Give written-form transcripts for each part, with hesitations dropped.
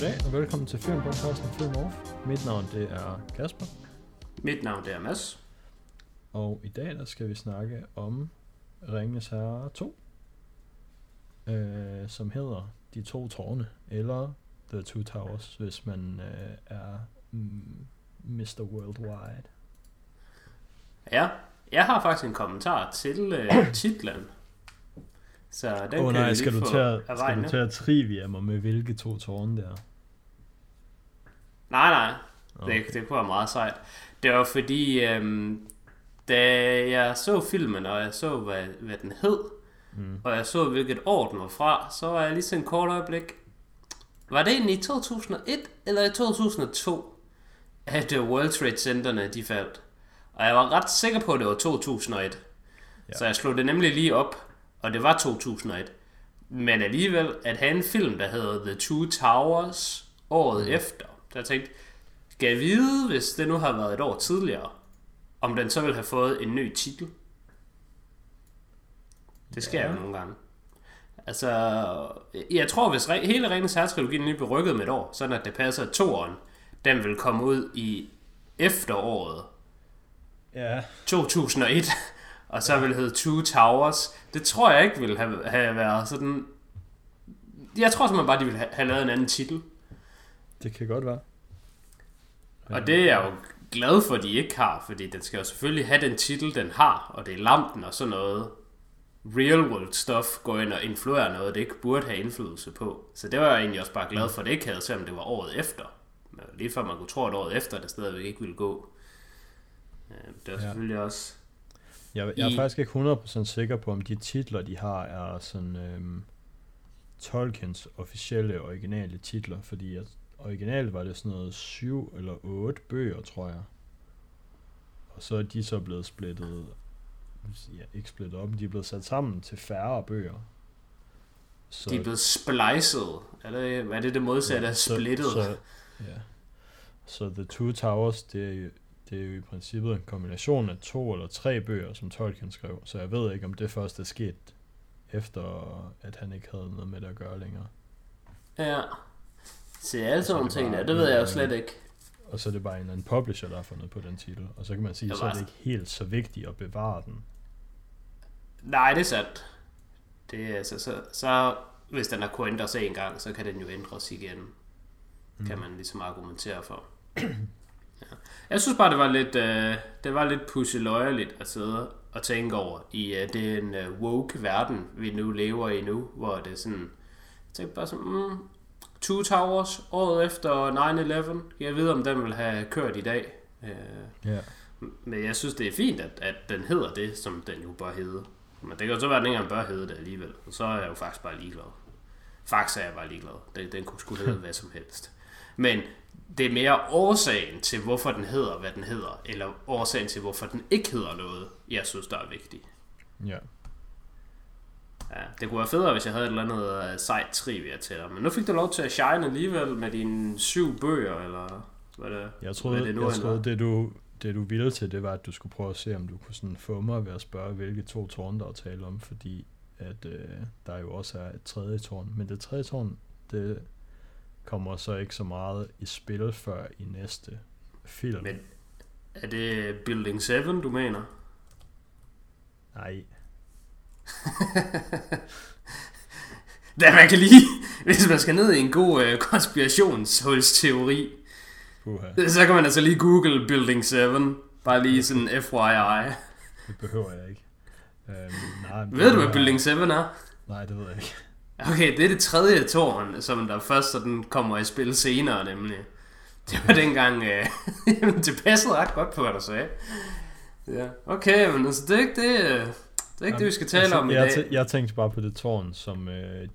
Goddag og velkommen til filmpodcasten Film Off. Mit navn det er Kasper. Mit navn det er Mads. Og i dag der skal vi snakke om Ringenes Herre 2, som hedder De To Tårne, eller The Two Towers, hvis man er Mr. Worldwide. Ja, jeg har faktisk en kommentar til titlen. Så den nej, skal du til at trivia mig med hvilke to tårne det er? Nej. Okay. Det kunne være meget sejt. Det var fordi, da jeg så filmen, og jeg så, hvad den hed, og jeg så, hvilket år den var fra, så var jeg lige sådan en kort øjeblik. Var det egentlig i 2001 eller i 2002, at World Trade Centerne de faldt? Og jeg var ret sikker på, at det var 2001. Ja. Så jeg slog det nemlig lige op, og det var 2001. Men alligevel, at have en film, der hedder The Two Towers året efter. Så jeg tænkte, skal jeg vide, hvis det nu har været et år tidligere, om den så ville have fået en ny titel? Det sker jo nogle gange. Altså, jeg tror, hvis hele Ringenes Herre-trilogien lige blev rykket med et år, sådan at det passer, at toeren, den vil komme ud i efteråret 2001, og så vil det hedde Two Towers. Det tror jeg ikke ville have været sådan. Jeg tror simpelthen bare, de ville have lavet en anden titel. Det kan godt være. Og det er jeg jo glad for, at de ikke har, fordi den skal jo selvfølgelig have den titel, den har, og det er lampen og sådan noget real world stuff går ind og influerer noget, det ikke burde have indflydelse på. Så det var jeg egentlig også bare glad for, at det ikke havde, selvom det var året efter. Men lige før man kunne tro, at året efter, det stadigvæk ikke ville gå. Det er selvfølgelig også. Jeg er faktisk ikke 100% sikker på, om de titler, de har, er sådan Tolkiens officielle originale titler, fordi originalt var det sådan noget 7 eller 8 bøger, tror jeg. Og så er de så blevet splittet, ikke splittet op, de er blevet sat sammen til færre bøger. Så de er blevet spliced. Hvad er det modsatte af splittet? Så The Two Towers, det er jo i princippet en kombination af 2 eller 3 bøger, som Tolkien skrev. Så jeg ved ikke, om det først er sket efter, at han ikke havde noget med det at gøre længere. Ja. Se, alle sådan nogle ting der, det ved jeg jo slet ikke. Og så er det bare en eller anden publisher, der har fundet på den titel. Og så kan man sige, så er det ikke helt så vigtigt at bevare den. Nej, det er sandt. Det er, så hvis den har kunnet ændres en gang, så kan den jo ændres igen. Kan man ligesom argumentere for. Ja. Jeg synes bare, det var lidt pusseløjerligt at sidde og tænke over i den woke verden, vi nu lever i nu, hvor det sådan, jeg tænkte bare sådan, Two Towers, året efter 9/11, jeg ved, om den vil have kørt i dag. Men jeg synes, det er fint, at den hedder det, som den jo bør hedde. Men det kan jo så være, at den ikke engang bør hedde det alligevel. Og så er jeg jo faktisk bare ligeglad. Faktisk er jeg bare ligeglad. Den kunne sgu hedde hvad som helst. Men det er mere årsagen til, hvorfor den hedder, hvad den hedder, eller årsagen til, hvorfor den ikke hedder noget, jeg synes, der er vigtigt. Ja. Ja, det kunne være federe, hvis jeg havde et eller andet sejt trivia til dig. Men nu fik du lov til at shine alligevel med dine 7 bøger, eller hvad det Jeg troede det du ville til, det var, at du skulle prøve at se, om du kunne sådan få mig ved at spørge, hvilke 2 tårne, der er tale om, fordi at der jo også er et 3. tårn. Men det 3. tårn, det kommer så ikke så meget i spil før i næste film. Men er det Building 7, du mener? Nej. Da man kan lide, hvis man skal ned i en god konspirationshulsteori, så kan man altså lige google Building 7, bare lige sådan FYI. Det behøver jeg ikke. Ved du, hvad Building 7 er? Nej, det ved jeg ikke. Okay, det er det 3. tårn, som der først sådan kommer i spil senere, nemlig. Det var dengang, det passede ret godt på, hvad du sagde. Ja, okay, men altså, det er ikke det, vi skal tale om i dag. Jeg tænkte bare på det tårn, som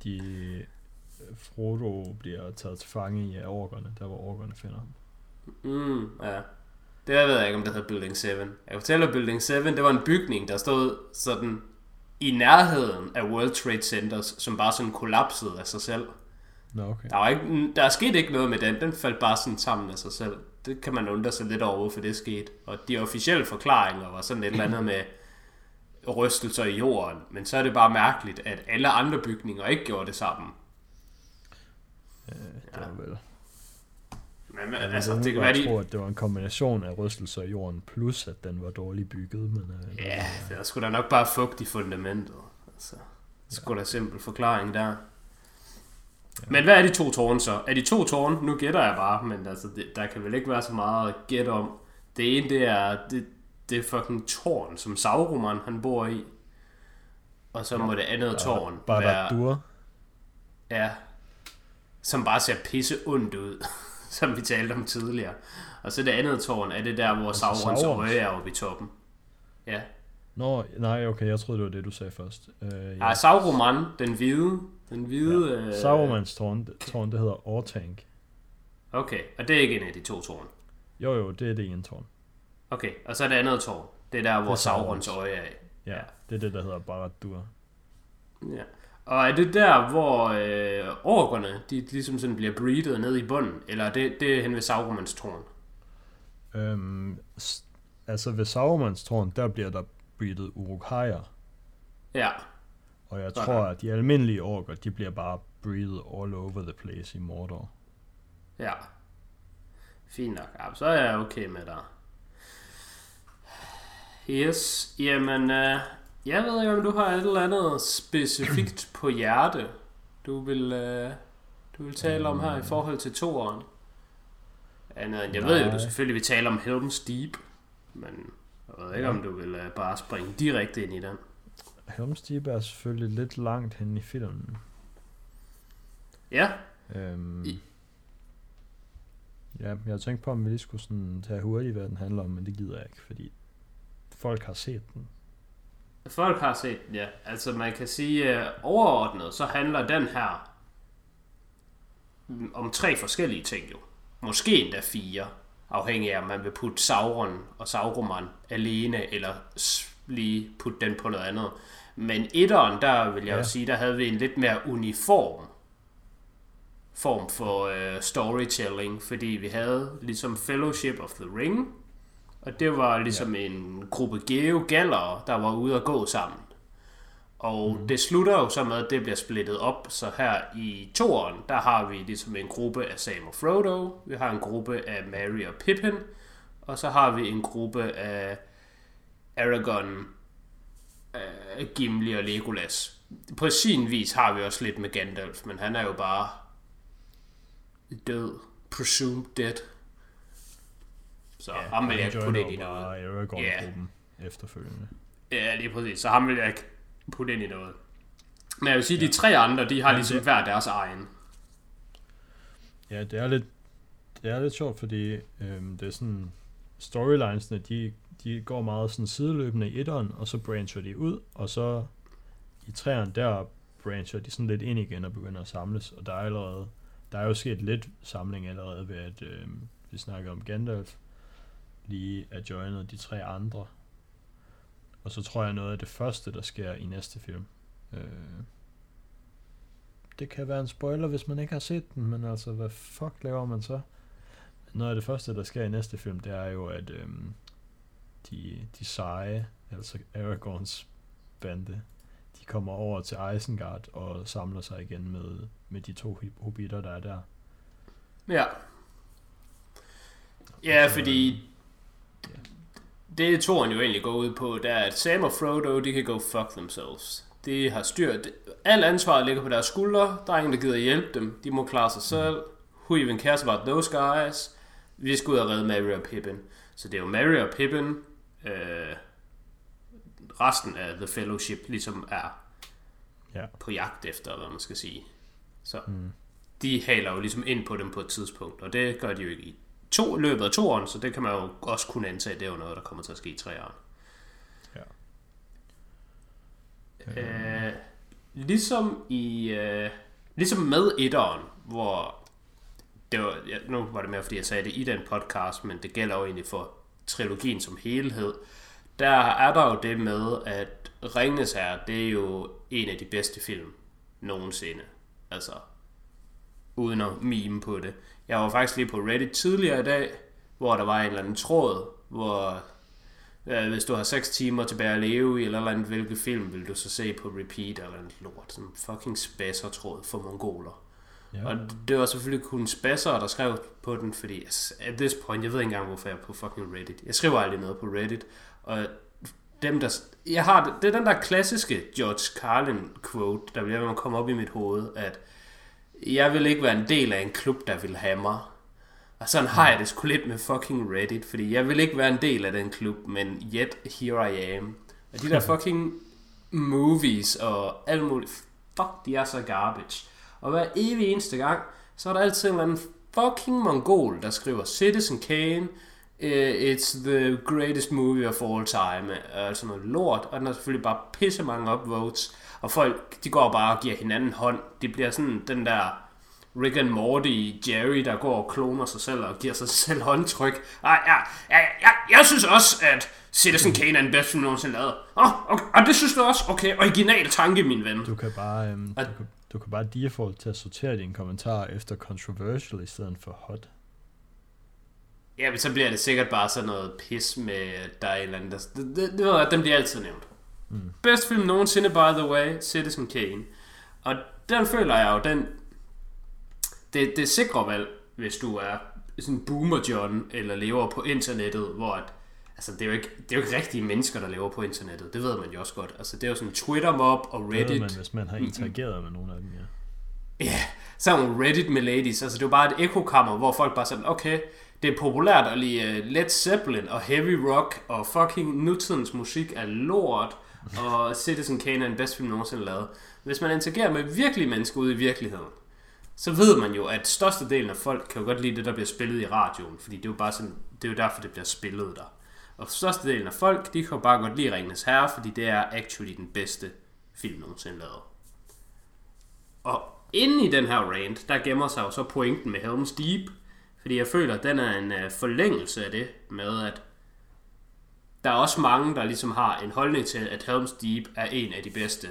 Frodo bliver taget til fange i af orkerne, der hvor orkerne finder ham. Ja. Det ved jeg ikke, om det hedder Building 7. Jeg kan fortælle, at Building 7, det var en bygning, der stod sådan i nærheden af World Trade Centers, som bare sådan kollapsede af sig selv. Okay. Der er sket ikke noget med den. Den faldt bare sådan sammen af sig selv. Det kan man undre sig lidt over, hvorfor det skete. Og de officielle forklaringer var sådan et eller andet med rystelser i jorden. Men så er det bare mærkeligt, at alle andre bygninger ikke gjorde det sammen. Det var vel Men, altså, det kan være, jeg tror, at det var en kombination af rystelser i jorden, plus at den var dårligt bygget. Men, ja, det er sgu da nok bare fugt i fundamentet. Altså, det er sgu da simpel forklaring der. Ja. Men hvad er de 2 tårne så? Er de 2 tårne? Nu gætter jeg bare, men altså, der kan vel ikke være så meget at gætte om. Det ene, det er fucking tårn, som Sauron han bor i. Og så må det andet tårn være... Ja, som bare ser pisse ondt ud, som vi talte om tidligere. Og så det andet tårn er det der, hvor Saurons øje er oppe i toppen. Ja. Nå, nej, okay, jeg troede, det var det, du sagde først. Ja, Sauron, den hvide... Ja. Saurons tårn, det hedder Orthanc. Okay, og det er ikke en af de 2 tårn? Jo, det er det ene tårn. Okay, og så er det andet tårn. Det er der, hvor Saurons øje er. Ja, det er det, der hedder Barad-dûr. Ja. Og er det der, hvor orkerne, de ligesom sådan bliver breedet ned i bunden? Eller det er hen ved Saurons tårn? Altså ved Saurons tårn, der bliver der breedet uruk-haier. Ja. Og jeg tror, at de almindelige orker, de bliver bare breedet all over the place i Mordor. Ja. Fint nok. Ja, så er jeg okay med dig. Yes. Jamen, jeg ved ikke, om du har et eller andet specifikt på hjerte, du vil tale om her i forhold til 2'eren. Jeg ved jo, du selvfølgelig vil tale om Helm's Deep, men jeg ved ikke, om du vil bare springe direkte ind i den. Helm's Deep er selvfølgelig lidt langt hen i filmen. Ja. Ja, jeg tænkte på, om vi lige skulle sådan tage hurtigt, hvad den handler om, men det gider jeg ikke, fordi folk har set den. Folk har set den, ja. Altså man kan sige, overordnet, så handler den her om 3 forskellige ting jo. Måske endda 4, afhængig af om man vil putte Sauron og Sauron alene, eller lige putte den på noget andet. Men 1'eren, der vil jeg jo sige, der havde vi en lidt mere uniform form for storytelling, fordi vi havde ligesom Fellowship of the Ring, og det var ligesom en gruppe geogallere, der var ude at gå sammen. Og det slutter jo så med, at det bliver splittet op, så her i 2'eren, der har vi ligesom en gruppe af Sam og Frodo, vi har en gruppe af Merry og Pippin, og så har vi en gruppe af Aragorn, Gimli og Legolas. På sin vis har vi også lidt med Gandalf, men han er jo bare død, presumed dead. Så ham vil jeg ikke putte ind i noget. Aragorn-gruppen efterfølgende. Ja, lige præcis. Så ham vil jeg ikke putte ind i noget. Men jeg vil sige, at de 3 andre, de har ligesom hver deres egen. Ja, det er lidt sjovt, fordi det er sådan, storylinesene, de går meget sådan sideløbende i 1'eren, og så brancher de ud, og så i 3'eren, der brancher de sådan lidt ind igen og begynder at samles, og der er jo sket lidt samling allerede ved, at vi snakker om Gandalf, lige er joinet de 3 andre. Og så tror jeg noget af det første, der sker i næste film. Det kan være en spoiler, hvis man ikke har set den, men altså, hvad fuck laver man så? Noget af det første, der sker i næste film, det er jo, at de seje, altså Aragorns bande, de kommer over til Isengard og samler sig igen med de 2 hobitter, der er der. Ja. Ja, fordi det toren jo egentlig går ud på, det er, at Sam og Frodo, de kan go fuck themselves. De har styrt. Alt ansvaret ligger på deres skuldre. Der er ingen, der gider hjælpe dem. De må klare sig selv. Who even cares about those guys? Vi skal ud og redde Merry og Pippin. Så det er jo Merry og Pippin, resten af The Fellowship ligesom er på jagt efter, hvad man skal sige. Så de haler jo ligesom ind på dem på et tidspunkt, og det gør de jo ikke i løbet af 2'eren, så det kan man jo også kunne antage, det er jo noget, der kommer til at ske i 3'eren. Ja. Ligesom med 1'eren, hvor det var, nu var det mere, fordi jeg sagde det i den podcast, men det gælder jo egentlig for trilogien som helhed. Der er der jo det med, at Ringenes Herre, det er jo en af de bedste film nogensinde. Altså, uden at mime på det. Jeg var faktisk lige på Reddit tidligere i dag, hvor der var en eller anden tråd, hvor hvis du har 6 timer tilbage at leve i, eller andet, hvilken film vil du så se på repeat, eller andet lort. Sådan en fucking spasser-tråd for mongoler. Ja. Og det var selvfølgelig kun spasser, der skrev på den, fordi at this point, jeg ved ikke engang, hvorfor jeg er på fucking Reddit. Jeg skriver aldrig noget på Reddit, og dem der... det er den der klassiske George Carlin quote, der bliver ved at komme op i mit hoved, at jeg vil ikke være en del af en klub, der vil have mig. Og sådan har jeg det sgu lidt med fucking Reddit, fordi jeg vil ikke være en del af den klub, men yet here I am. Og de der fucking movies og alt muligt, fuck, de er så garbage. Og hver evig eneste gang, så er der altid en eller anden fucking mongol, der skriver Citizen Kane, it's the greatest movie of all time, altså noget lort, og den har selvfølgelig bare pisse mange upvotes, og folk, de går bare og giver hinanden hånd. Det bliver sådan den der Rick and Morty, Jerry, der går og kloner sig selv og giver sig selv håndtryk. Jeg synes også, at Citizen Kane er den bedste film nogensinde lavet. Okay, og det synes du også? Okay, original tanke, min ven. Du kan bare, du kan bare default til at sortere dine kommentarer efter controversial i stedet for hot. Ja, men så bliver det sikkert bare sådan noget pis med, der er en eller anden, det ved jeg, den bliver altid nævnt. Bedste film nogensinde, by the way, Citizen Kane. Og den føler jeg jo, det er sikre valg, hvis du er sådan boomer John, eller lever på internettet, hvor at, altså det er jo ikke rigtige mennesker, der lever på internettet. Det ved man jo også godt. Altså det er jo sådan Twitter-mob og Reddit. Det ved man, hvis man har interageret med nogle af dem, ja. Ja, sådan Reddit med ladies. Altså det er jo bare et ekokammer, hvor folk bare sådan, okay, det er populært at lide Led Zeppelin og heavy rock, og fucking nutidens musik er lort, og Citizen Kane er den bedste film nogensinde lavet. Hvis man interagerer med virkelige mennesker ude i virkeligheden, så ved man jo, at størstedelen af folk kan jo godt lide det, der bliver spillet i radioen, fordi det er jo bare sådan, det er jo derfor, det bliver spillet der. Og størstedelen af folk, de kan jo bare godt lide Ringenes Herre, fordi det er actually den bedste film nogensinde lavet. Og inde i den her rant, der gemmer sig jo så pointen med Helm's Deep, fordi jeg føler, at den er en forlængelse af det, med at der er også mange, der ligesom har en holdning til, at Helm's Deep er en af de bedste.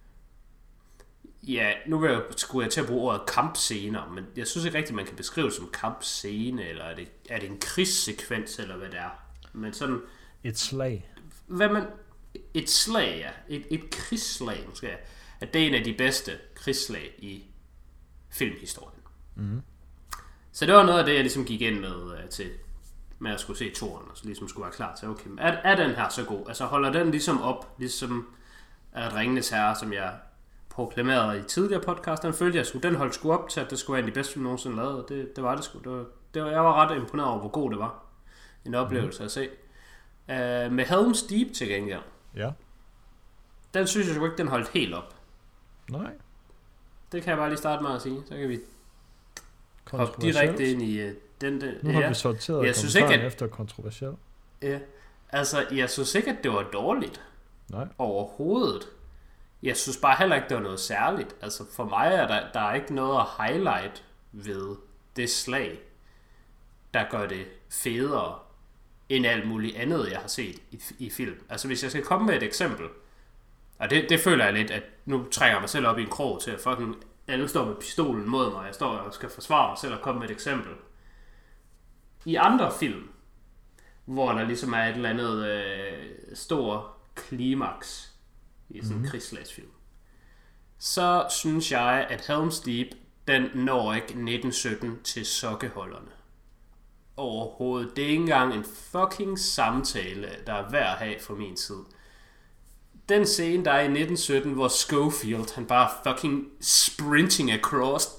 Ja, nu skulle jeg til at bruge ordet kampscener, men jeg synes ikke rigtigt, man kan beskrive det som kampscene, eller er det en krigssekvens, eller hvad det er. Men sådan... Et slag. Et slag, ja. Et krigsslag, måske. At det er en af de bedste krigsslag i filmhistorien. Mm. Så det var noget af det, jeg ligesom gik ind med at skulle se toren, og så ligesom skulle være klar til, okay, er den her så god? Altså holder den ligesom op, ligesom at Ringenes Herre, som jeg proklamerede i tidligere podcast, den holdt sgu op til, at det skulle være en af de bedste film nogensinde lavet, og det var det sgu. Jeg var ret imponeret over, hvor god det var. En oplevelse at se. Med Helm's Deep til gengæld. Ja. Den synes jeg sgu ikke, den holdt helt op. Nej. Det kan jeg bare lige starte med at sige. Så kan vi hoppe direkte ind i den. Nu har vi sorteret kommentaren efter kontroversiel. Ja. Altså, jeg synes ikke, at det var dårligt. Nej. Overhovedet. Jeg synes bare heller ikke, det var noget særligt. Altså, for mig er der er ikke noget at highlight ved det slag, der gør det federe end alt muligt andet, jeg har set i film. Altså, hvis jeg skal komme med et eksempel, og det føler jeg lidt, at nu trænger jeg mig selv op i en krog til at fucking alle står med pistolen mod mig, jeg står og skal forsvare mig selv og komme med et eksempel. I andre film, hvor der ligesom er et eller andet stor klimaks i sådan en krigsslagsfilm, så synes jeg, at Helm's Deep, den når ikke 1917 til sokkeholderne. Overhovedet. Det er ikke engang en fucking samtale, der er værd at have fra min side. Den scene, der er i 1917, hvor Schofield, han bare fucking sprinting across.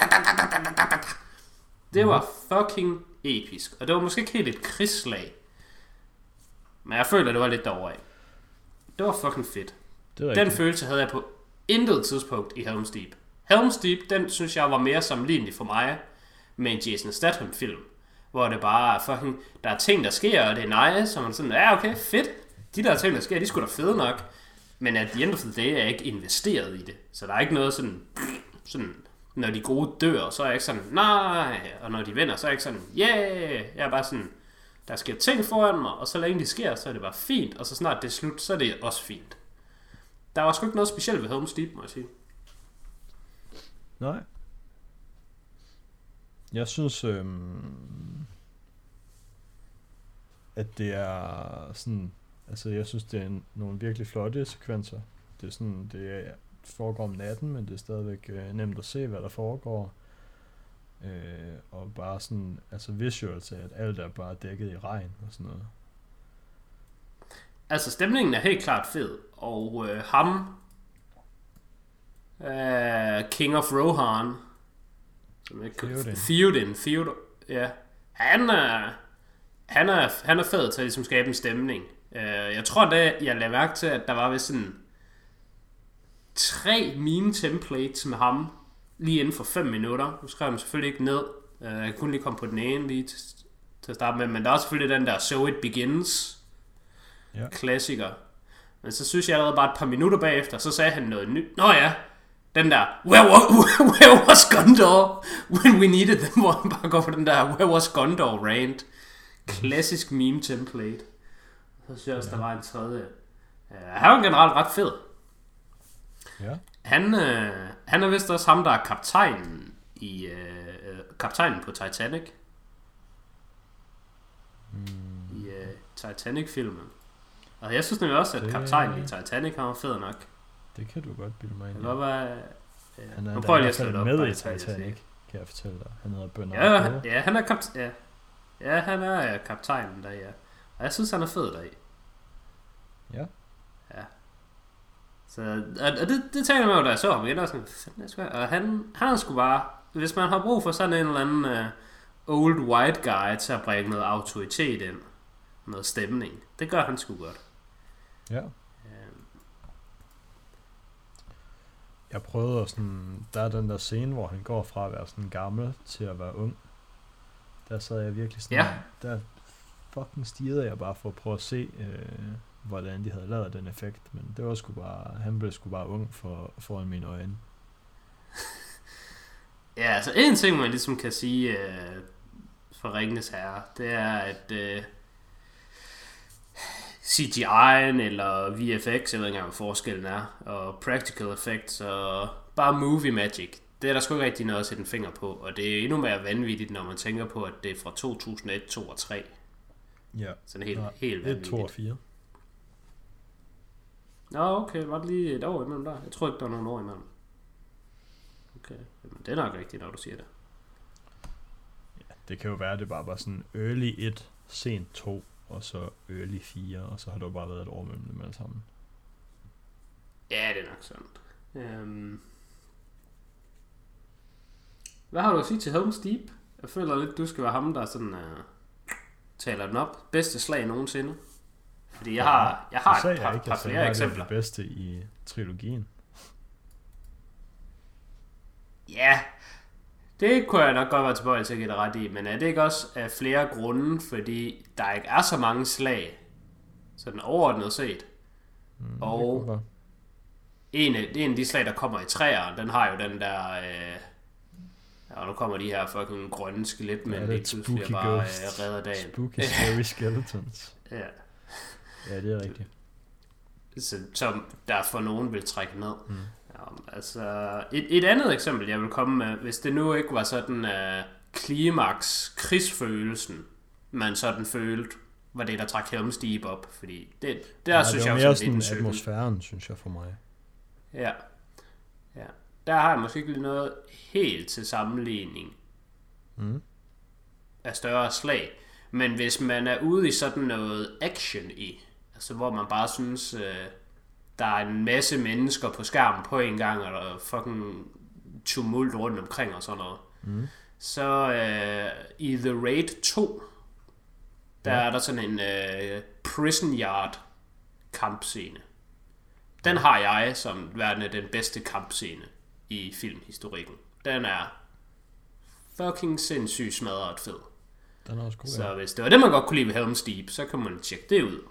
Det var fucking episk. Og det var måske ikke helt et krigsslag. Men jeg føler, det var lidt derovre af. Det var fucking fedt. Den følelse havde jeg på intet tidspunkt i Helm's Deep. Helm's Deep, den synes jeg var mere sammenlignelig for mig med en Jason Statham film. Hvor det bare er fucking, der er ting, der sker, og det er nice, og man sådan, ja okay, fedt. De der ting, der sker, de er sgu da fede nok. Men at the end of the day er jeg ikke investeret i det. Så der er ikke noget sådan når de gode dør, så er jeg ikke sådan, nej. Og når de vinder, så er jeg ikke sådan, yeah. Jeg er bare sådan, der sker ting foran mig, og så længe de sker, så er det bare fint. Og så snart det er slut, så er det også fint. Der var sgu ikke noget specielt ved Helm's Deep, må jeg sige. Nej. Jeg synes, at det er sådan, altså jeg synes, det er nogle virkelig flotte sekvenser. Det er sådan, det foregår om natten, men det er stadigvæk nemt at se, hvad der foregår. Og bare sådan, altså visuals af, at alt er bare dækket i regn og sådan noget. Altså, stemningen er helt klart fed, og ham, King of Rohan, Theoden, ja, han er fed til at ligesom skabe en stemning. Jeg tror da, jeg lagde mærke til, at der var vist sådan 3 meme templates med ham, lige inden for 5 minutter. Nu skrev jeg dem selvfølgelig ikke ned. Jeg kunne lige komme på den ene lige til at starte med, men der er selvfølgelig den der So It Begins, klassiker. Men så synes jeg allerede bare et par minutter bagefter, så sagde han noget nyt. Nå ja, den der Where was Gondor when we needed them, hvor han bare går på den der Where was Gondor rant. Klassisk meme template. Så synes jeg også, der var en tredje. Han var generelt ret fed. Ja. Han er vist også ham, der er kaptajnen på Titanic. I Titanic-filmen. Og jeg synes nemlig også, at kaptajnen i Titanic har fed nok. Det kan du godt bilde mig ind. Han er i hvert fald med i Titanic, kan jeg fortælle dig. Han hedder Bernard. Ja, han er han er kaptajnen der, ja. Og jeg synes, han er fed deri. Ja. Så, og det tænker jeg med, da jeg så ham igen, og sådan, og han er sgu bare, hvis man har brug for sådan en eller anden old white guy til at bringe noget autoritet ind, noget stemning, det gør han sgu godt. Ja. Jeg prøvede sådan, der er den der scene, hvor han går fra at være sådan gammel til at være ung. Der sad jeg virkelig sådan, der fucking stirrede jeg bare for at prøve at se, hvordan de havde lavet den effekt, men det var sgu bare, han blev sgu bare ung foran mine øjne. Ja, altså en ting, man ligesom kan sige for Ringenes Herre, det er, at CGI'en eller VFX, jeg ved ikke engang, hvad forskellen er, og practical effects og bare movie magic, det er der sgu ikke rigtig noget at sætte en finger på, og det er endnu mere vanvittigt, når man tænker på, at det er fra 2001, 2 og 3. Ja. Sådan helt vanvittigt. 1, 2 og 4. Nå, okay, var det lige et år imellem der? Jeg tror ikke, der var nogen år imellem. Okay, men det er nok rigtigt, når du siger det. Ja, det kan jo være, at det bare var sådan early 1, sent 2, og så early 4, og så har det jo bare været et år mellem dem alle sammen. Ja, det er nok sådan. Hvad har du at sige til Helm's Deep? Jeg føler lidt, du skal være ham, der sådan taler den op. Bedste slag nogensinde. Fordi jeg har et par flere eksempler. Det bedste i trilogien. Ja, det kunne jeg nok godt være tilbøjelig til at give dig ret i, men er det ikke også af flere grunde, fordi der ikke er så mange slag, sådan overordnet set, og en af de slag, der kommer i træerne, den har jo den der, og nu kommer de her fucking grønne skeletmænd, det pludselig bare redder dagen. Spooky scary skeletons. Ja, det er rigtigt. Som der for nogen vil trække ned. Altså, et andet eksempel, jeg vil komme med, hvis det nu ikke var sådan klimaks krigsfølelsen, man sådan følte, var det, der trak Helm's Deep op, fordi synes jeg også mere sådan atmosfæren, synes jeg for mig. Ja. Der har jeg måske ikke noget helt til sammenligning af større slag, men hvis man er ude i sådan noget action i, altså hvor man bare synes, der er en masse mennesker på skærmen på en gang, og der er fucking tumult rundt omkring og sådan noget. Så i The Raid 2, der er der sådan en prison yard kampscene. Den har jeg som værende den bedste kampscene i filmhistorikken. Den er fucking sindssygt smadret fed. Den er også god, så hvis det var det, man godt kunne lide ved Helm's Deep, så kan man tjekke det ud.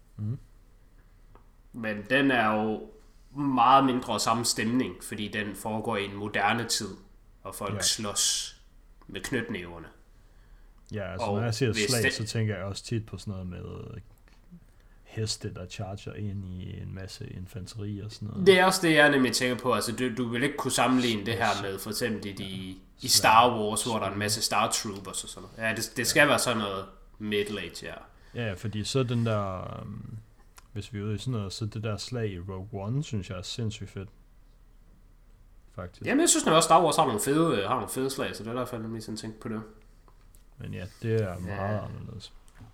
Men den er jo meget mindre samme stemning, fordi den foregår i en moderne tid, og folk slås med knytnæverne. Ja, altså når jeg siger slag, så tænker jeg også tit på sådan noget med heste, der charger ind i en masse infanteri og sådan noget. Det er også det, jeg nemlig tænker på. Altså, du vil ikke kunne sammenligne det her med for eksempel i Star Wars, hvor der er en masse Star Troopers og sådan noget. Ja, det skal være sådan noget middle age, ja. Ja, fordi så den der, hvis vi er ude i sådan noget, så det der slag i Rogue One, synes jeg er sindssygt fedt. faktisk. Jamen, jeg synes også, Star Wars har nogle fede slag, så det er derfor, jeg lige sådan tænkt på det. Men ja, det er meget anderledes.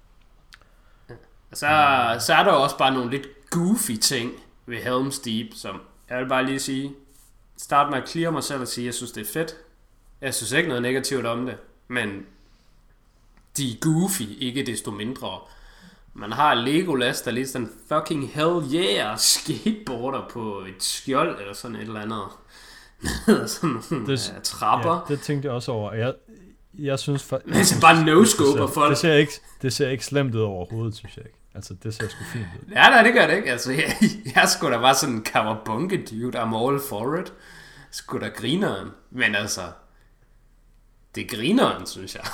Så er der også bare nogle lidt goofy ting ved Helm's Deep, som jeg vil bare lige sige, starte med at clear mig selv og sige, at jeg synes, det er fedt. Jeg synes ikke noget negativt om det, men de er goofy, ikke desto mindre. Man har Legolas, der lige sådan fucking hell yeah, skateboarder på et skjold, eller sådan et eller andet. Sådan nogle trapper. Ja, det tænkte jeg også over. Jeg synes men det er bare no-scope for det ser ikke slemt ud overhovedet, synes jeg ikke. Altså, det ser sgu fint ud. Ja, nej, det gør det ikke. Altså, jeg skulle da bare sådan en kawabunke dude, I'm all for it. Skulle da grineren. Men altså, det er grineren, synes jeg.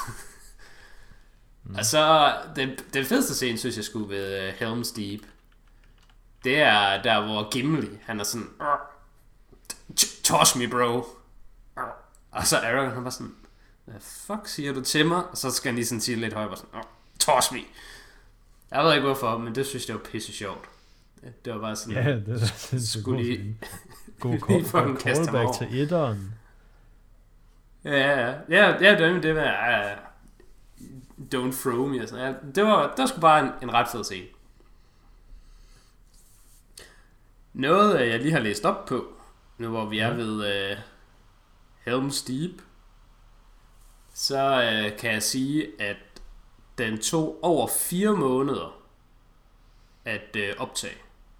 Altså, den fedeste scene, synes jeg skulle ved Helm's Deep, det er der, hvor Gimli, han er sådan, toss me, bro. Og så Aragorn, han var sådan, hvad fuck siger du til mig? Og så skal han lige sådan sige lidt højere, sådan, toss me. Jeg ved ikke hvorfor, men det synes jeg var pisse sjovt. Det var bare sådan, ja, det er skulle lige god callback til etteren. Ja, det var don't throw me. Altså. Ja, det var sgu bare en ret fed scene. Noget, jeg lige har læst op på, nu hvor vi er ved Helm's Deep, så kan jeg sige, at den tog over 4 måneder at optage.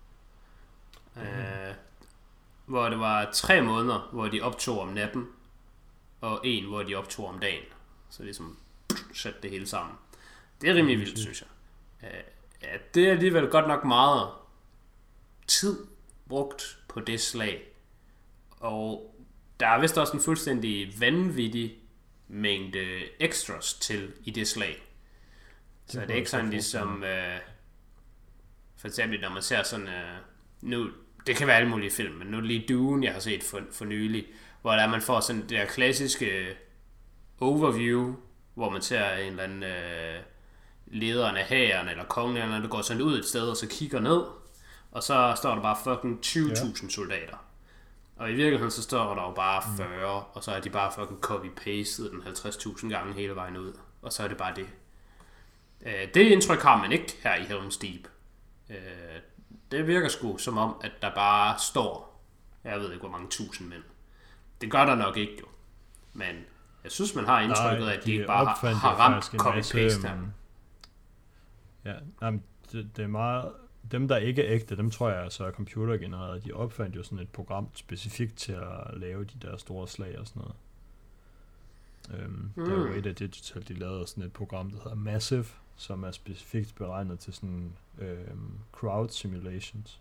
Hvor det var 3 måneder, hvor de optog om natten, og 1, hvor de optog om dagen. Så ligesom satte det hele sammen. Det er rimelig vildt, synes jeg. Det er alligevel godt nok meget tid brugt på det slag. Og der er vist også en fuldstændig vanvittig mængde extras til i det slag. Så det er ikke sådan ligesom for eksempel når man ser sådan nu, det kan være alle mulige film, men nu lige Dune jeg har set for nylig, hvor der man får sådan det der klassiske overview, hvor man ser en eller anden lederen af hæren eller kongen eller der går sådan ud et sted og så kigger ned, og så står der bare fucking 20.000 soldater. Og i virkeligheden så står der jo bare 40, og så er de bare fucking copy-pastet den 50.000 gange hele vejen ud. Og så er det bare det. Det indtryk har man ikke her i Helm's Deep. Det virker sgu som om, at der bare står, jeg ved ikke hvor mange tusind mænd. Det gør der nok ikke jo. Men jeg synes man har indtrykket af, at de ikke bare har ramt copy-paste her. Ja, jamen, det er meget... Dem, der ikke er ægte, dem tror jeg så er computergenereret. De opfandt jo sådan et program specifikt til at lave de der store slag og sådan noget. Der er jo et af Digital, de lavede sådan et program, der hedder Massive, som er specifikt beregnet til sådan crowd simulations.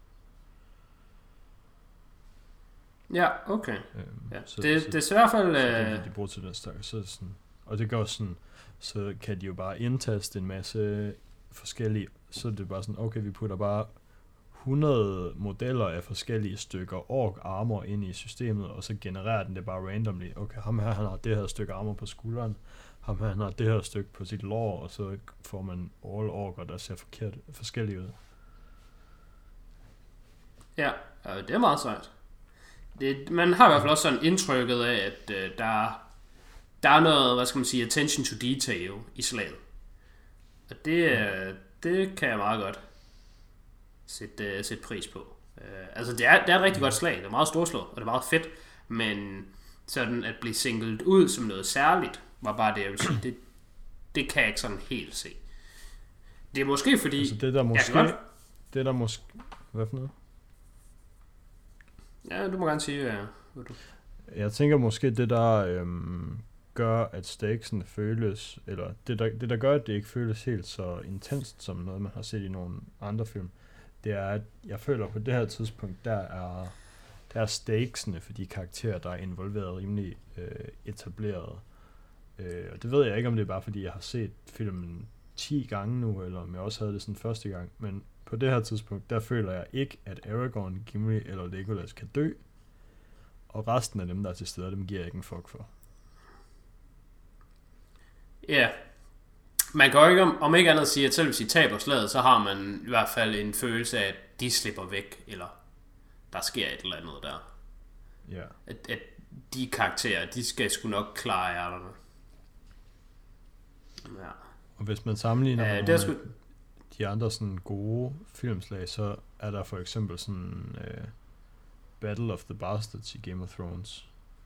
Ja, okay. Det er i hvert fald... Så de bruger til den stak, så sådan, og det gør sådan, så kan de jo bare indtaste en masse forskellige, så er det bare sådan, okay, vi putter bare 100 modeller af forskellige stykker ork armor ind i systemet, og så genererer den det bare randomly. Okay, ham her, han har det her stykke armor på skulderen, ham her, han har det her stykke på sit lår, og så får man all orker, der ser forskellige ud. Ja, det er meget sejt. Man har i hvert fald også sådan indtrykket af, at der er noget, hvad skal man sige, attention to detail i slaget. Og det kan jeg meget godt sætte pris på. Altså det er et rigtig godt slag, det er meget storslået, og det er meget fedt, men sådan at blive singlet ud som noget særligt, var bare det, jeg vil sige, det kan jeg ikke sådan helt se. Det er måske fordi... Altså det der måske... Hvad for noget? Ja, du må gerne sige, hvad du... Jeg tænker måske det der gør, at stakesene føles, eller det der gør, at det ikke føles helt så intenst som noget, man har set i nogle andre film, det er, at jeg føler på det her tidspunkt, der er stakesene for de karakterer, der er involveret, rimelig etableret. Og det ved jeg ikke, om det er bare fordi, jeg har set filmen 10 gange nu, eller om jeg også havde det sådan første gang, men på det her tidspunkt, der føler jeg ikke, at Aragorn, Gimli eller Legolas kan dø, og resten af dem, der er til stede, dem giver jeg ikke en fuck for. Ja, man kan jo ikke om ikke andet sige, at selv hvis de taber slaget, så har man i hvert fald en følelse af, at de slipper væk, eller der sker et eller andet der. Ja. At de karakterer, de skal sgu nok klare ærterne. Ja. Og hvis man sammenligner med det sgu... de andre sådan gode filmslag, så er der for eksempel sådan Battle of the Bastards i Game of Thrones.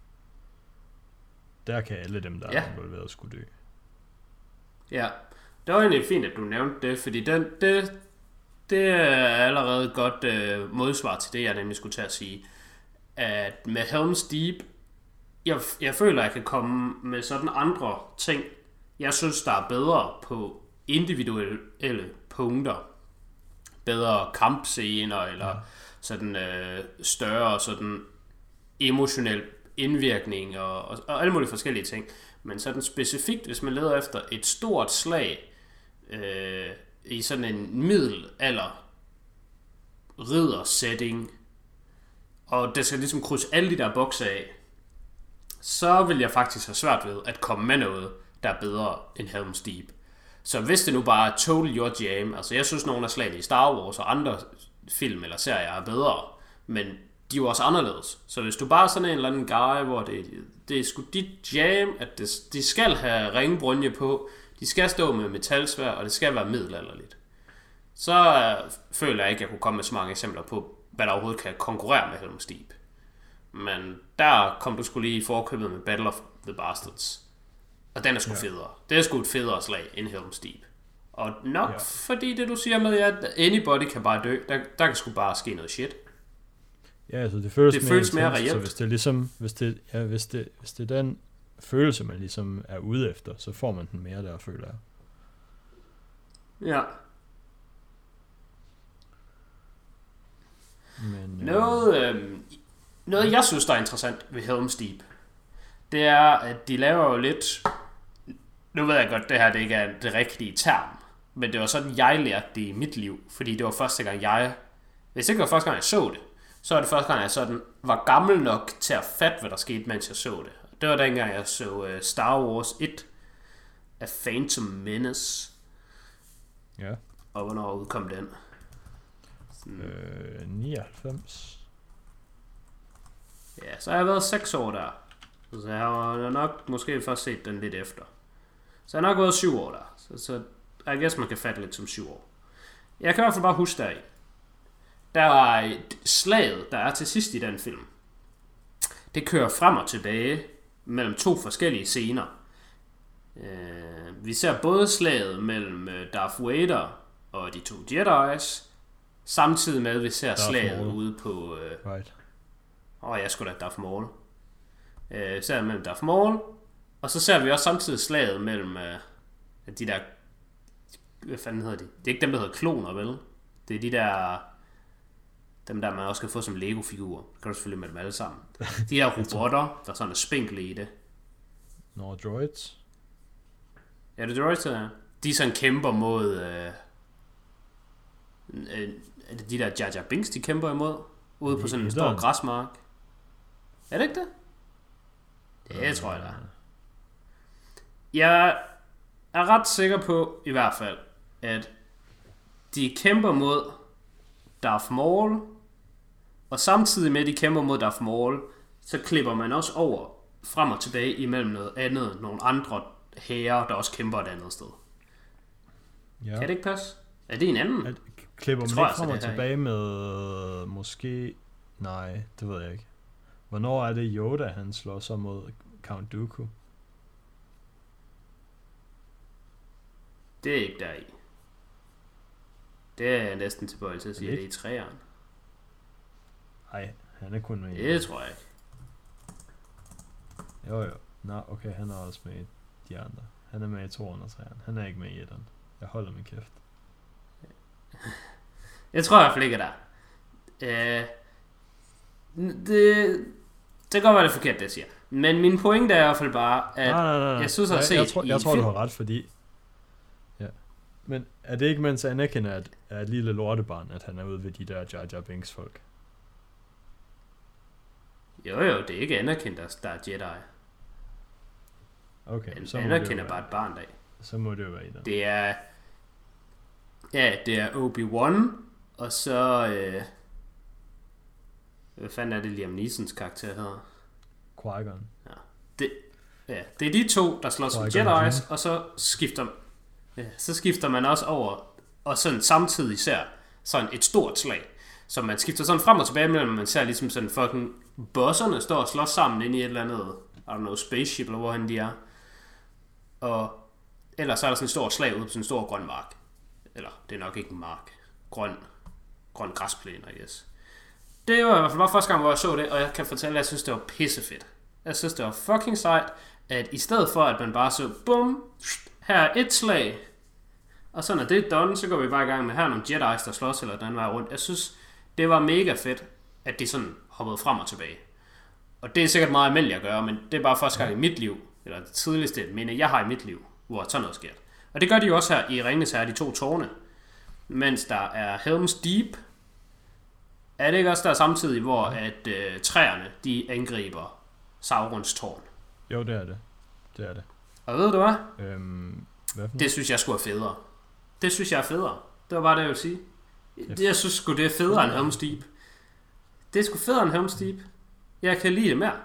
Der kan alle dem, der er involveret, skulle dø. Ja, det var egentlig fint, at du nævnte det, fordi det er allerede et godt modsvar til det, jeg nemlig skulle til at sige. At med Helm's Deep, jeg føler, at jeg kan komme med sådan andre ting, jeg synes, der er bedre på individuelle punkter. Bedre kampscener, eller sådan større sådan emotionel indvirkning, og alle mulige forskellige ting. Men sådan specifikt, hvis man leder efter et stort slag i sådan en middelalder ridder-setting, og det skal ligesom krydse alle de der bokse af, så vil jeg faktisk have svært ved at komme med noget, der er bedre end Helm's Deep. Så hvis det nu bare er total your jam, altså jeg synes, nogle af slagene i Star Wars og andre film eller serier er bedre, men de er jo også anderledes. Så hvis du bare er sådan en eller anden guy, hvor det er sgu dit jam, at de skal have ringbrynje på, de skal stå med metalsvær, og det skal være middelalderligt, så føler jeg ikke, at jeg kunne komme med så mange eksempler på, hvad der overhovedet kan konkurrere med Helm's Deep. Men der kom du sgu lige i forkøbet med Battle of the Bastards. Og den er sgu federe. Det er sgu et federe slag end Helm's Deep. Og nok fordi det du siger med, at anybody kan bare dø, der kan sgu bare ske noget shit. Ja, altså det føles mere reelt. Så hvis det er ligesom, hvis det er den følelse, man ligesom er ude efter, så får man den mere der, føler jeg. Ja. Men, noget jeg synes, der er interessant ved Helm's Deep, det er, at de laver jo lidt... Nu ved jeg godt, det her det ikke er det rigtige term, men det var sådan, jeg lærte det i mit liv, fordi det var første gang, hvis det ikke var første gang, jeg så det, så var det første gang, jeg sådan var gammel nok til at fatte, hvad der skete, mens jeg så det. Det var dengang, jeg så Star Wars 1 af Phantom Menace. Ja. Og hvornår udkom den? 99. Ja, så har jeg været 6 år der. Så jeg har nok måske først set den lidt efter. Så jeg har nok været 7 år der. Så jeg guess, man kan fatte lidt som 7 år. Jeg kan i hvert fald bare huske deri. Der er et slaget, der er til sidst i den film. Det kører frem og tilbage mellem 2 forskellige scener. Vi ser både slaget mellem Darth Vader og de 2 Jedi's, samtidig med, at vi ser slaget ude på... jeg skulle da Darth Maul. Ser mellem Darth Maul, og så ser vi også samtidig slaget mellem de der... Hvad fanden hedder de? Det er ikke dem, der hedder kloner, vel? Det er de der... Dem der, man også kan få som Lego-figurer. Det kan du selvfølgelig med dem alle sammen. De der robotter, der sådan er spinkle i det. Droids. Ja, det er droids, der. De sådan kæmper mod... de der Jar Jar Binks, de kæmper imod. Ude på sådan en stor græsmark. Er det ikke det? Det tror jeg da. Jeg er ret sikker på, i hvert fald, at de kæmper mod Darth Maul, og samtidig med, at de kæmper mod Darth Maul, så klipper man også over frem og tilbage imellem noget andet, nogle andre hære, der også kæmper et andet sted. Ja. Kan det ikke passe? Er det en anden? Klipper man ikke frem og tilbage med måske... Nej, det ved jeg ikke. Hvornår er det Yoda, han slår sig mod Count Dooku? Det er ikke deri. Det er jeg næsten tilbøjelig til at sige, at det er i træerne. Nej, han er kun med i... Det tror jeg ikke. Jo. Nå, okay, han er også med i de andre. Han er med i 203'eren. Han er ikke med i 1'eren. Jeg holder min kæft. Jeg tror i hvert fald ikke, der. Det kan godt være det forkert, det jeg siger. Men min pointe er i hvert fald bare, at nej. jeg synes, at jeg har set jeg tror, du har ret, fordi... Ja. Men er det ikke, mens Anakin er et lille lortebarn, at han er ude ved de der Jar Jar Binks folk? Jo, det er ikke Anakin, der er Jedi. Okay, så Anakin er bare et barn der. Så må det jo være i den. Det er... Ja, det er Obi-Wan, og så... hvad fanden er det Liam Neesons karakter hedder? Qui-Gon. Ja. Det er de to, der slås med Jedi's, og så skifter man også over, og sådan samtidig ser sådan et stort slag. Så man skifter sådan frem og tilbage mellem, man ser ligesom sådan fucking bosserne står og slås sammen inde i et eller andet, I don't know, spaceship, eller hvorhen de er. Og ellers så er der sådan et stort slag ude på sådan en stor grøn mark. Eller, det er nok ikke en mark. Grøn græsplæne, I guess. Det var i hvert fald bare første gang, hvor jeg så det, og jeg kan fortælle, at jeg synes, det var pissefedt. Jeg synes, det var fucking sejt, at i stedet for, at man bare så, bum, her er et slag, og så når det er done, så går vi bare i gang med her nogle Jedi's, der slås eller den vej rundt. Jeg synes, det var mega fedt, at de sådan hoppede frem og tilbage. Og det er sikkert meget almindeligt at gøre, men det er bare første gang i mit liv, eller det tidligste minde, jeg har i mit liv, hvor sådan noget sker. Og det gør de jo også her i Ringenes Herre, de to tårne. Mens der er Helm's Deep, er det ikke også der samtidig, hvor at træerne, de angriber Saurons tårn? Jo, det er det. Det er det. Og ved du hvad? Hvad det synes jeg skulle er federe. Det synes jeg er federe. Det var bare det, jeg ville sige. Jeg synes sgu, det er federe end Helm's Deep. Det er sgu federe end Helm's Deep. Jeg kan lide det mere.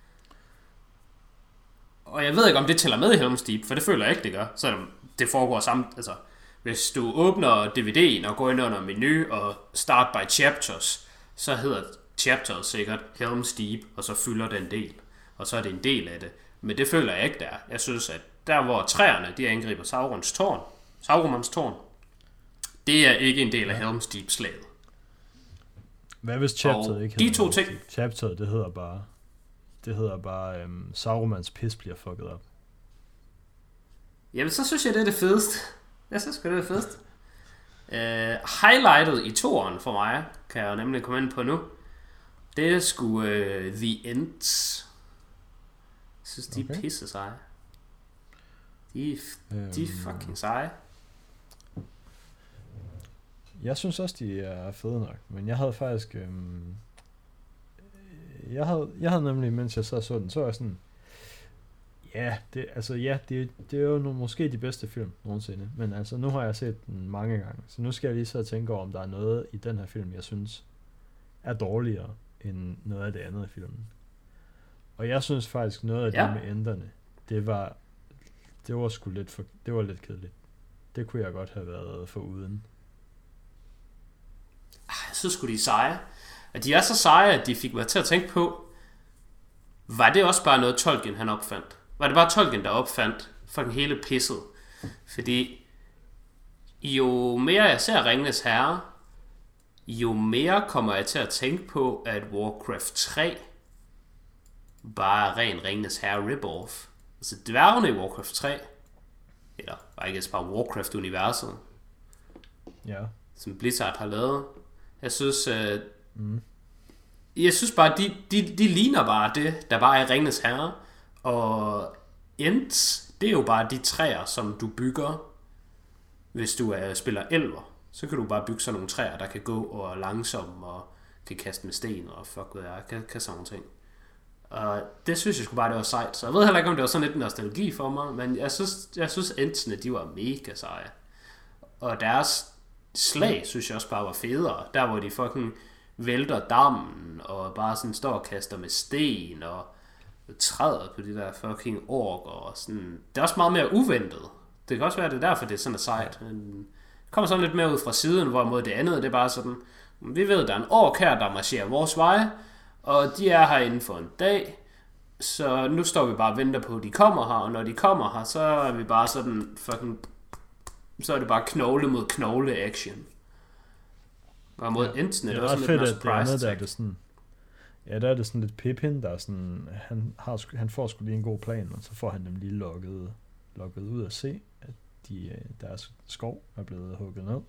Og jeg ved ikke, om det tæller med i Helm's Deep, for det føler jeg ikke, det gør. Selvom det foregår sammen. Altså, hvis du åbner DVD'en og går ind under menu og start by chapters, så hedder chapters sikkert Helm's Deep, og så fylder den del. Og så er det en del af det. Men det føler jeg ikke, der. Jeg synes, at der, hvor træerne de angriber Saurons tårn, det er ikke en del af Helm's Deep-slaget. Hvad hvis chapteret ikke hedder de to ting? Chapteret, det hedder bare Saurons pis bliver fucket op. Jamen, så synes jeg, det er det fedeste. Jeg synes det er det fedeste. Highlightet i toeren for mig, kan jeg jo nemlig komme ind på nu, det er sgu The Ents. Jeg synes, de er pisse seje. De er fucking seje. Jeg synes også, de er fede nok, men jeg havde faktisk... Jeg havde nemlig, mens jeg så den, så var jeg sådan... Det er jo måske de bedste film nogensinde, men altså nu har jeg set den mange gange, så nu skal jeg lige så tænke over, om der er noget i den her film, jeg synes er dårligere end noget af det andet i filmen. Og jeg synes faktisk noget af det med enderne, det var sgu lidt kedeligt. Det kunne jeg godt have været foruden. Jeg synes sgu, de er seje. Og de er så seje, at de fik mig til at tænke på, var det også bare noget Tolkien han opfandt? Var det bare Tolkien, der opfandt fucking hele pisset? Fordi jo mere jeg ser Ringenes Herre, jo mere kommer jeg til at tænke på, at Warcraft 3 bare er ren Ringenes Herre rip-off. Altså dværgene i Warcraft 3, eller bare ikke bare Warcraft-universet, som Blizzard har lavet. Jeg synes, jeg synes bare, de ligner bare det, der bare er Ringenes Herre. Og Ents, det er jo bare de træer, som du bygger, hvis du spiller elver. Så kan du bare bygge sådan nogle træer, der kan gå og er langsomme og kan kaste med sten og fuck hvad jeg kan sådan nogle ting. Og det synes jeg sgu bare, det var sejt. Så jeg ved heller ikke, om det var sådan lidt nostalgi for mig, men jeg synes Entsene, de var mega seje. Og deres slag, synes jeg også bare var federe. Der, hvor de fucking vælter dammen og bare sådan står og kaster med sten og træder på de der fucking orker og sådan. Det er også meget mere uventet. Det kan også være, det er derfor, det er sådan sejt. Det kommer sådan lidt mere ud fra siden, hvorimod det andet, det er bare sådan, vi ved, der er en ork her, der marcherer vores veje, og de er her inden for en dag, så nu står vi bare og venter på, at de kommer her, og når de kommer her, så er vi bare sådan fucking, så er det bare knogle mod knogle action. Og mod Entsene, det er også sådan lidt surprise attack. Der er det sådan lidt Pippin, der er sådan, han får sgu lige en god plan, og så får han dem lige lukket ud at se, at deres skov er blevet hugget ned.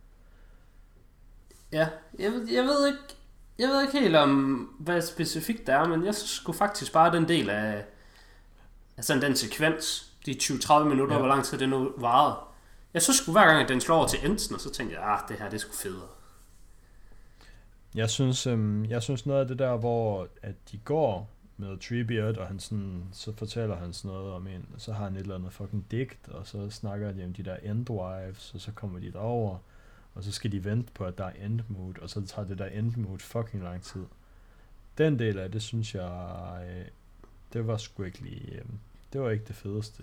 Ja, jeg ved ikke helt om, hvad specifikt der er, men jeg skulle faktisk bare den del af sådan den sekvens, de 20-30 minutter, hvor lang tid det nu varede. Jeg synes sgu hver gang, at den slår over til Entsen, og så tænkte jeg, det her, det er sgu federe. Jeg synes noget af det der, hvor at de går med Treebeard, og han sådan, så fortæller han sådan noget om en, og så har han et eller andet fucking digt, og så snakker de om de der Endwives, og så kommer de derover, og så skal de vente på, at der er Endmood, og så tager det der Endmood fucking lang tid. Den del af det, synes jeg det var sgu ikke lige, det var ikke det fedeste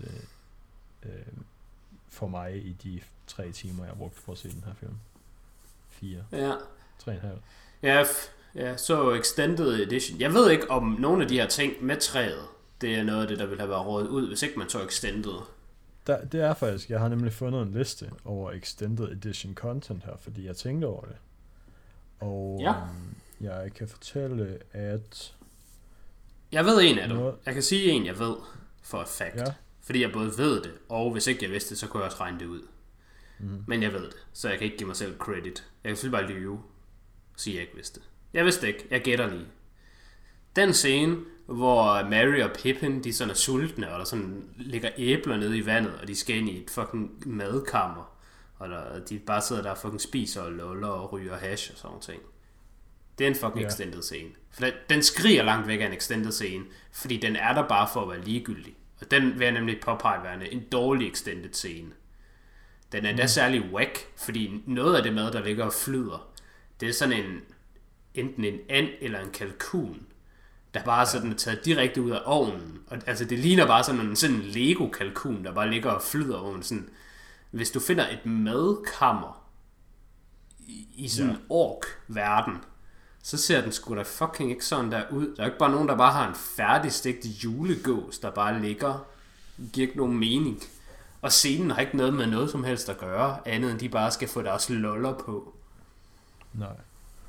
for mig i de 3 timer, jeg brugte for at se den her film. 4. Ja. 3,5. Ja, så Extended Edition. Jeg ved ikke, om nogle af de her ting med træet, det er noget af det, der ville have været rådet ud, hvis ikke man så Extended. Det er faktisk, jeg har nemlig fundet en liste over Extended Edition content her, fordi jeg tænkte over det. Og jeg kan fortælle, at... Jeg ved en af dem. Jeg kan sige en, jeg ved for et fact. Ja. Fordi jeg både ved det, og hvis ikke jeg vidste det, så kunne jeg også regne det ud. Men jeg ved det, så jeg kan ikke give mig selv credit. Jeg kan selvfølgelig bare lyve og sige, at jeg ikke vidste det. Jeg vidste ikke, jeg gætter lige. Den scene, hvor Merry og Pippin, de sådan er sultne, og der sådan ligger æbler nede i vandet, og de skal ind i et fucking madkammer, og de bare sidder der og fucking spiser og luller og ryger hash og sådan noget ting. Det er en fucking extended scene. For den skriger langt væk af en extended scene, fordi den er der bare for at være ligegyldig. Og den vil jeg nemlig påpege værende en dårlig extended scene. Den er da særlig whack, fordi noget af det mad, der ligger og flyder, det er sådan enten en and eller en kalkun, der bare sådan er taget direkte ud af ovnen. Og, altså det ligner bare sådan en Lego-kalkun, der bare ligger og flyder over sådan. Hvis du finder et madkammer i sådan en ork-verden, så ser den sgu da fucking ikke sådan der ud. Der er ikke bare nogen, der bare har en færdigstegt julegås, der bare ligger. Det giver ikke nogen mening. Og scenen har ikke noget med noget som helst at gøre, andet end de bare skal få deres loller på. Nej.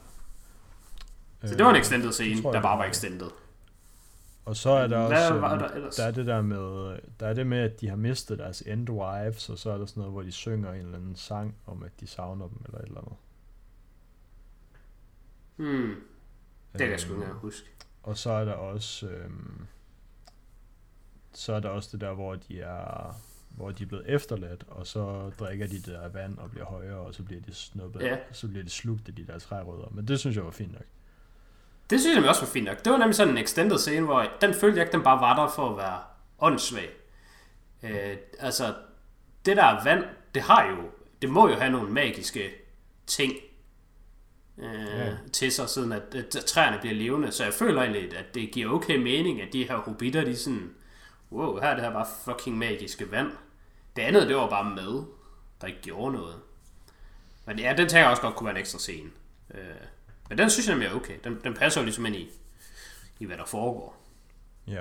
Så det var en extended scene, der bare var extended. Og så er der også, der er det med, at de har mistet deres endwives, og så er der sådan noget, hvor de synger en eller anden sang om, at de savner dem, eller et eller andet. Det kan jeg sgu ikke huske. Og så er der også, det der, hvor de er blevet efterladt, og så drikker de det der vand og bliver højere, og så bliver de snuppet, så bliver de slugt af de der trærødder. Men det synes jeg var fint nok. Det synes jeg også var fint nok. Det var nemlig sådan en extended scene, hvor den følte jeg ikke, den bare var der for at være åndssvag. Altså, det der vand, det må jo have nogle magiske ting til sig, siden at træerne bliver levende. Så jeg føler egentlig, at det giver okay mening, at de her hobitter, de sådan, wow, her er det her bare fucking magiske vand. Det andet, det var bare med, der ikke gjorde noget. Men ja, den tænker jeg også godt kunne være en ekstra scene. Men den synes jeg nemlig er okay. Den passer jo ligesom ind i hvad der foregår. Ja.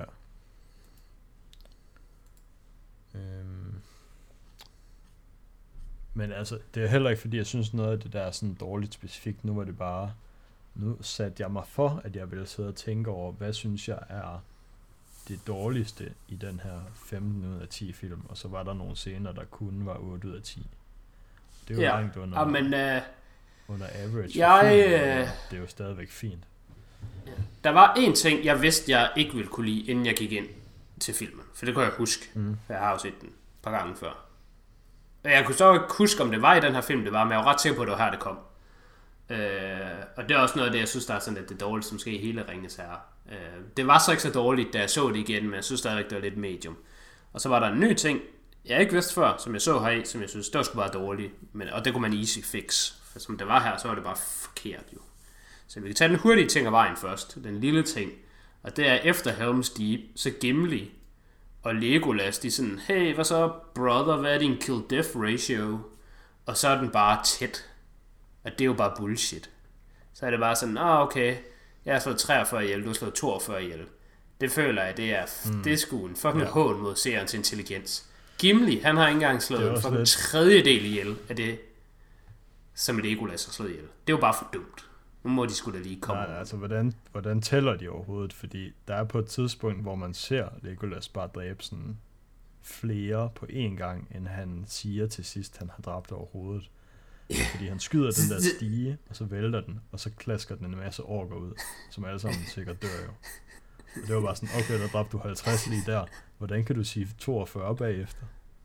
Men altså, det er heller ikke fordi, jeg synes noget af det der er sådan dårligt specifikt. Nu var det bare, nu satte jeg mig for, at jeg ville sidde og tænke over, hvad synes jeg er det dårligste i den her 15 ud af 10 film. Og så var der nogle scener, der kun var 8 ud af 10. Det er jo langt under average. Det er jo stadigvæk fint. Der var en ting, jeg vidste, jeg ikke ville kunne lide, inden jeg gik ind til filmen. For det kunne jeg huske. Jeg har jo set den et par gange før. Jeg kunne så ikke huske, om det var i den her film, det var, men jeg var ret sikker på, at det var her, det kom. Og det er også noget af det, jeg synes, der er sådan lidt det dårligste, måske i hele Ringenes Herre. Det var så ikke så dårligt, da jeg så det igen, men jeg synes stadigvæk, det var lidt medium. Og så var der en ny ting, jeg ikke vidste før, som jeg så her i, som jeg synes, det var sgu bare dårligt. Og det kunne man easy fix. For som det var her, så var det bare forkert jo. Så vi kan tage den hurtige ting af vejen først. Den lille ting. Og det er efter Helm's Deep, så Gimli og Legolas, de er sådan, hey, hvad så, brother, hvad er din kill-death ratio? Og så er den bare tæt. Og det er jo bare bullshit. Så er det bare sådan, okay, jeg har slået 43 ihjel, du har slået 42 ihjel. Det føler jeg, det er sgu en fucking hån mod seerens intelligens. Gimli, han har ikke engang slået en fucking tredjedel ihjel af det, som Legolas har slået ihjel. Det er jo bare for dumt. Nu må de sgu da lige komme. Nej, altså hvordan tæller de overhovedet? Fordi der er på et tidspunkt, hvor man ser Legolas bare dræbe sådan flere på én gang, end han siger til sidst, han har dræbt overhovedet. Fordi han skyder den der stige, og så vælter den, og så klasker den en masse orker ud, som alle sammen sikkert dør jo. Og det var bare sådan, okay, der dræbte du 50 lige der. Hvordan kan du sige 42 bagefter?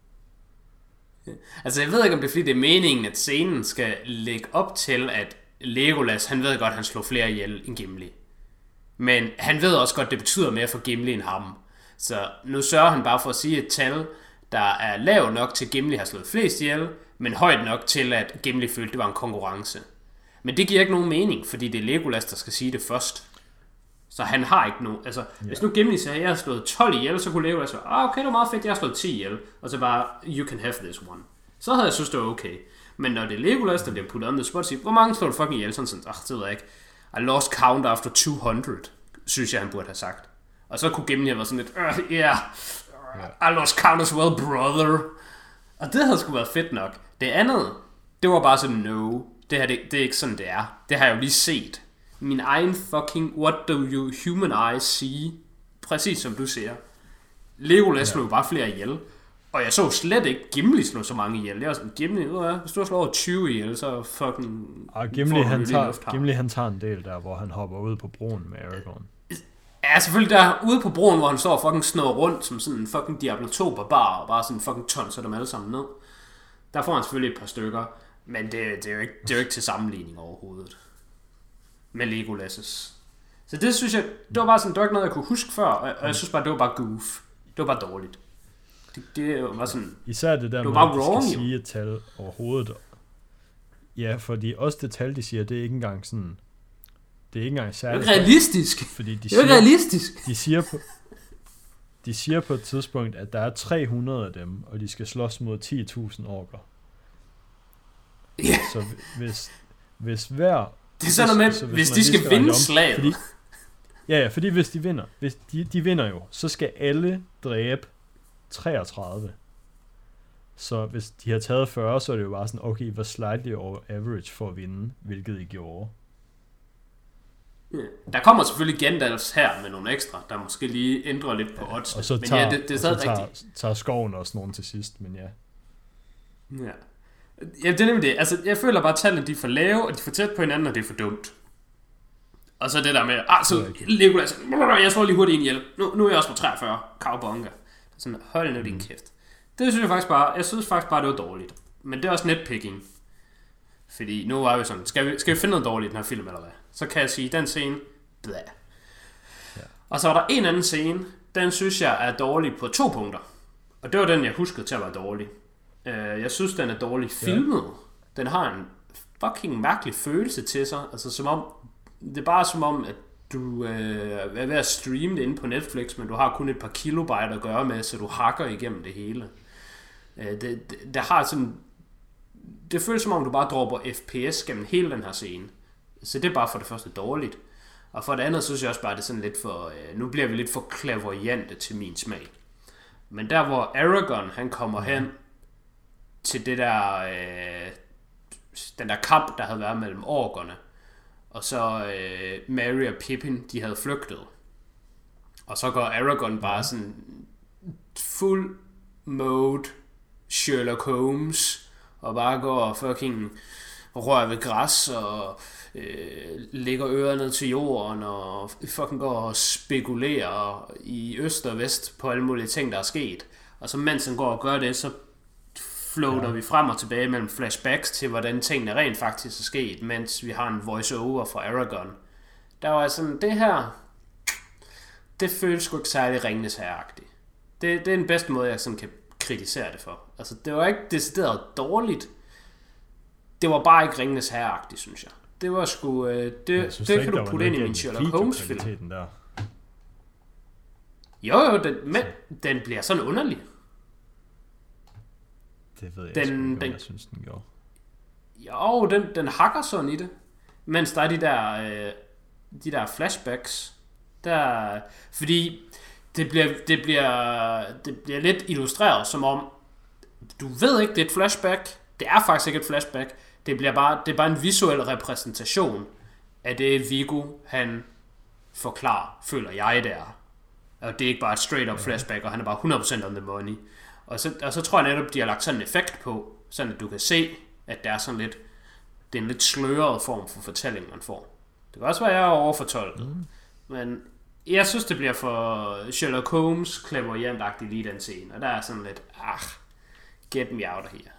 Altså jeg ved ikke, om det er fordi det er meningen, at scenen skal lægge op til, at Legolas, han ved godt, at han slår flere ihjel end Gimli. Men han ved også godt, at det betyder mere for Gimli end ham. Så nu sørger han bare for at sige et tal, der er lav nok til, at Gimli har slået flest ihjel, men højt nok til, at Gimli følte, det var en konkurrence. Men det giver ikke nogen mening, fordi det er Legolas, der skal sige det først. Så han har ikke nogen... Altså, hvis nu Gimli sagde, at jeg har slået 12 ihjel, så kunne Legolas sige, okay, det var meget fedt, jeg har slået 10 ihjel. Og så bare, you can have this one. Så havde jeg synes, det var okay. Men når det er Legolas, der bliver puttet on the spot, siger, hvor mange slår du fucking ihjel? Sådan, det ved jeg ikke. I lost count after 200, synes jeg, han burde have sagt. Og så kunne Gimli have været sådan lidt, I lost count as well, brother. Og det havde sgu været fedt nok. Det andet, det var bare sådan, no, det her, det er ikke sådan, det er. Det har jeg jo lige set. Min egen fucking, what do you human eyes see? Præcis som du siger. Legolas slog bare flere ihjel. Og jeg så slet ikke Gimli slå så mange ihjel. Jeg var sådan, Gimli, hvis du slår over 20 ihjel, så fucking... Og Gimli han tager en del der, hvor han hopper ud på broen med Aragorn. Ja, selvfølgelig der ude på broen, hvor han står og fucking snor rundt som sådan en fucking Diablo 2 barbar, og bare sådan fucking tonser dem alle sammen ned. Der får han selvfølgelig et par stykker, men det er jo ikke til sammenligning overhovedet med Legolas'. Så det synes jeg, det var bare sådan, det var ikke noget, jeg kunne huske før, og jeg synes bare, det var bare goof. Det var bare dårligt. Det var sådan... Især det der med, at de skal sige et tal overhovedet. Ja, fordi også det tal, de siger, det er ikke engang sådan... Det er ikke engang særligt... Det er realistisk. Fordi det er realistisk. De siger på et tidspunkt, at der er 300 af dem, og de skal slås mod 10.000 orker. Ja. Så hvis hver... Det er sådan noget med, hvis de skal vinde slaget. Fordi hvis de vinder, hvis de vinder jo, så skal alle dræbe 33. Så hvis de har taget 40, så er det jo bare sådan, okay, hvor slightly over average for at vinde, hvilket I gjorde. Der kommer selvfølgelig Gandalfs her med nogle ekstra, der måske lige ændrer lidt på odds. Og så tager skoven også nogen til sidst, men ja. Ja, det er nemlig det. Altså, jeg føler bare, at tallene de er for lave, og de er for tæt på hinanden, og det er for dumt. Og så det der med, så Legolas, jeg slår lige hurtigt en ihjel. Nu er jeg også på 43, Cowabunga. Sådan, hold nu din kæft. Det synes jeg synes faktisk bare, det var dårligt. Men det er også netpicking. Fordi nu var vi sådan, skal vi finde noget dårligt i den her film, eller hvad? Så kan jeg sige, den scene, blæh. Ja. Og så var der en anden scene, den synes jeg er dårlig på 2 punkter. Og det var den, jeg huskede til at være dårlig. Jeg synes, den er dårligt filmet. Den har en fucking mærkelig følelse til sig. Altså som om, det er bare som om, at du er ved at streame det inde på Netflix, men du har kun et par kilobyte at gøre med, så du hakker igennem det hele. Det har sådan... Det føles som om, du bare dropper FPS gennem hele den her scene. Så det er bare for det første dårligt. Og for det andet, så synes jeg også bare, det er sådan lidt for... nu bliver vi lidt for clairvoyante til min smag. Men der, hvor Aragorn, han kommer hen til det der... den der kamp, der havde været mellem orkerne, og så Merry og Pippin, de havde flygtet. Og så går Aragorn bare sådan full mode Sherlock Holmes, og bare går og fucking rører ved græs, og lægger ørerne til jorden, og fucking går og spekulerer i øst og vest på alle mulige ting, der er sket. Og så mens han går og gør det, så floater vi frem og tilbage mellem flashbacks til, hvordan tingene rent faktisk er sket, mens vi har en voice-over fra Aragorn. Der var sådan, det her, det føles sgu ikke særlig Ringenes Herre-agtigt. Det er den bedste måde, jeg sådan kan kritisere det for. Altså, det var ikke decideret dårligt. Det var bare ikke Ringenes Herre-agtigt, synes jeg. Det var sgu... det kan du putte ind i min Sherlock Holmes-film. Der. Jo, den bliver sådan underlig. Det ved jeg ikke, jeg synes, den gjorde. Jo, den hakker sådan i det. Mens der er de der flashbacks. Fordi det bliver lidt illustreret, som om du ved ikke, det er et flashback. Det er faktisk ikke et flashback. Det er bare en visuel repræsentation af det, Viggo han forklarer, føler jeg det er. Og det er ikke bare et straight up flashback, og han er bare 100% on the money. Og så tror jeg netop, de har lagt sådan en effekt på, sådan at du kan se, at det er sådan lidt, det er en lidt sløret form for fortælling, man får. Det kan også være, at jeg er overfortolket. Men jeg synes, det bliver for Sherlock Holmes clairvoyant-agtigt lige den scene. Og der er sådan lidt, get me out of here.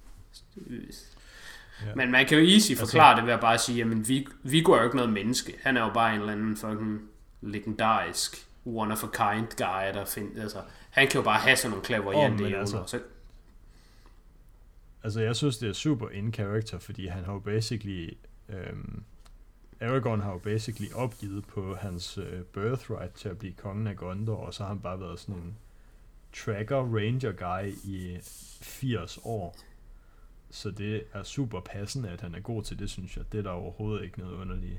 Men man kan jo easy forklare det ved at bare sige, jamen Viggo er jo ikke noget menneske. Han er jo bare en eller anden fucking legendarisk one of a kind guy, der finder, altså, han kan jo bare have sådan nogle clairvoyante evner. Altså jeg synes det er super in character, fordi han har jo basically Aragorn har jo basically opgivet på hans birthright til at blive kongen af Gondor, og så har han bare været sådan en tracker ranger guy i 80 år. Så det er super passende, at han er god til det, synes jeg. Det er der overhovedet ikke noget underligt.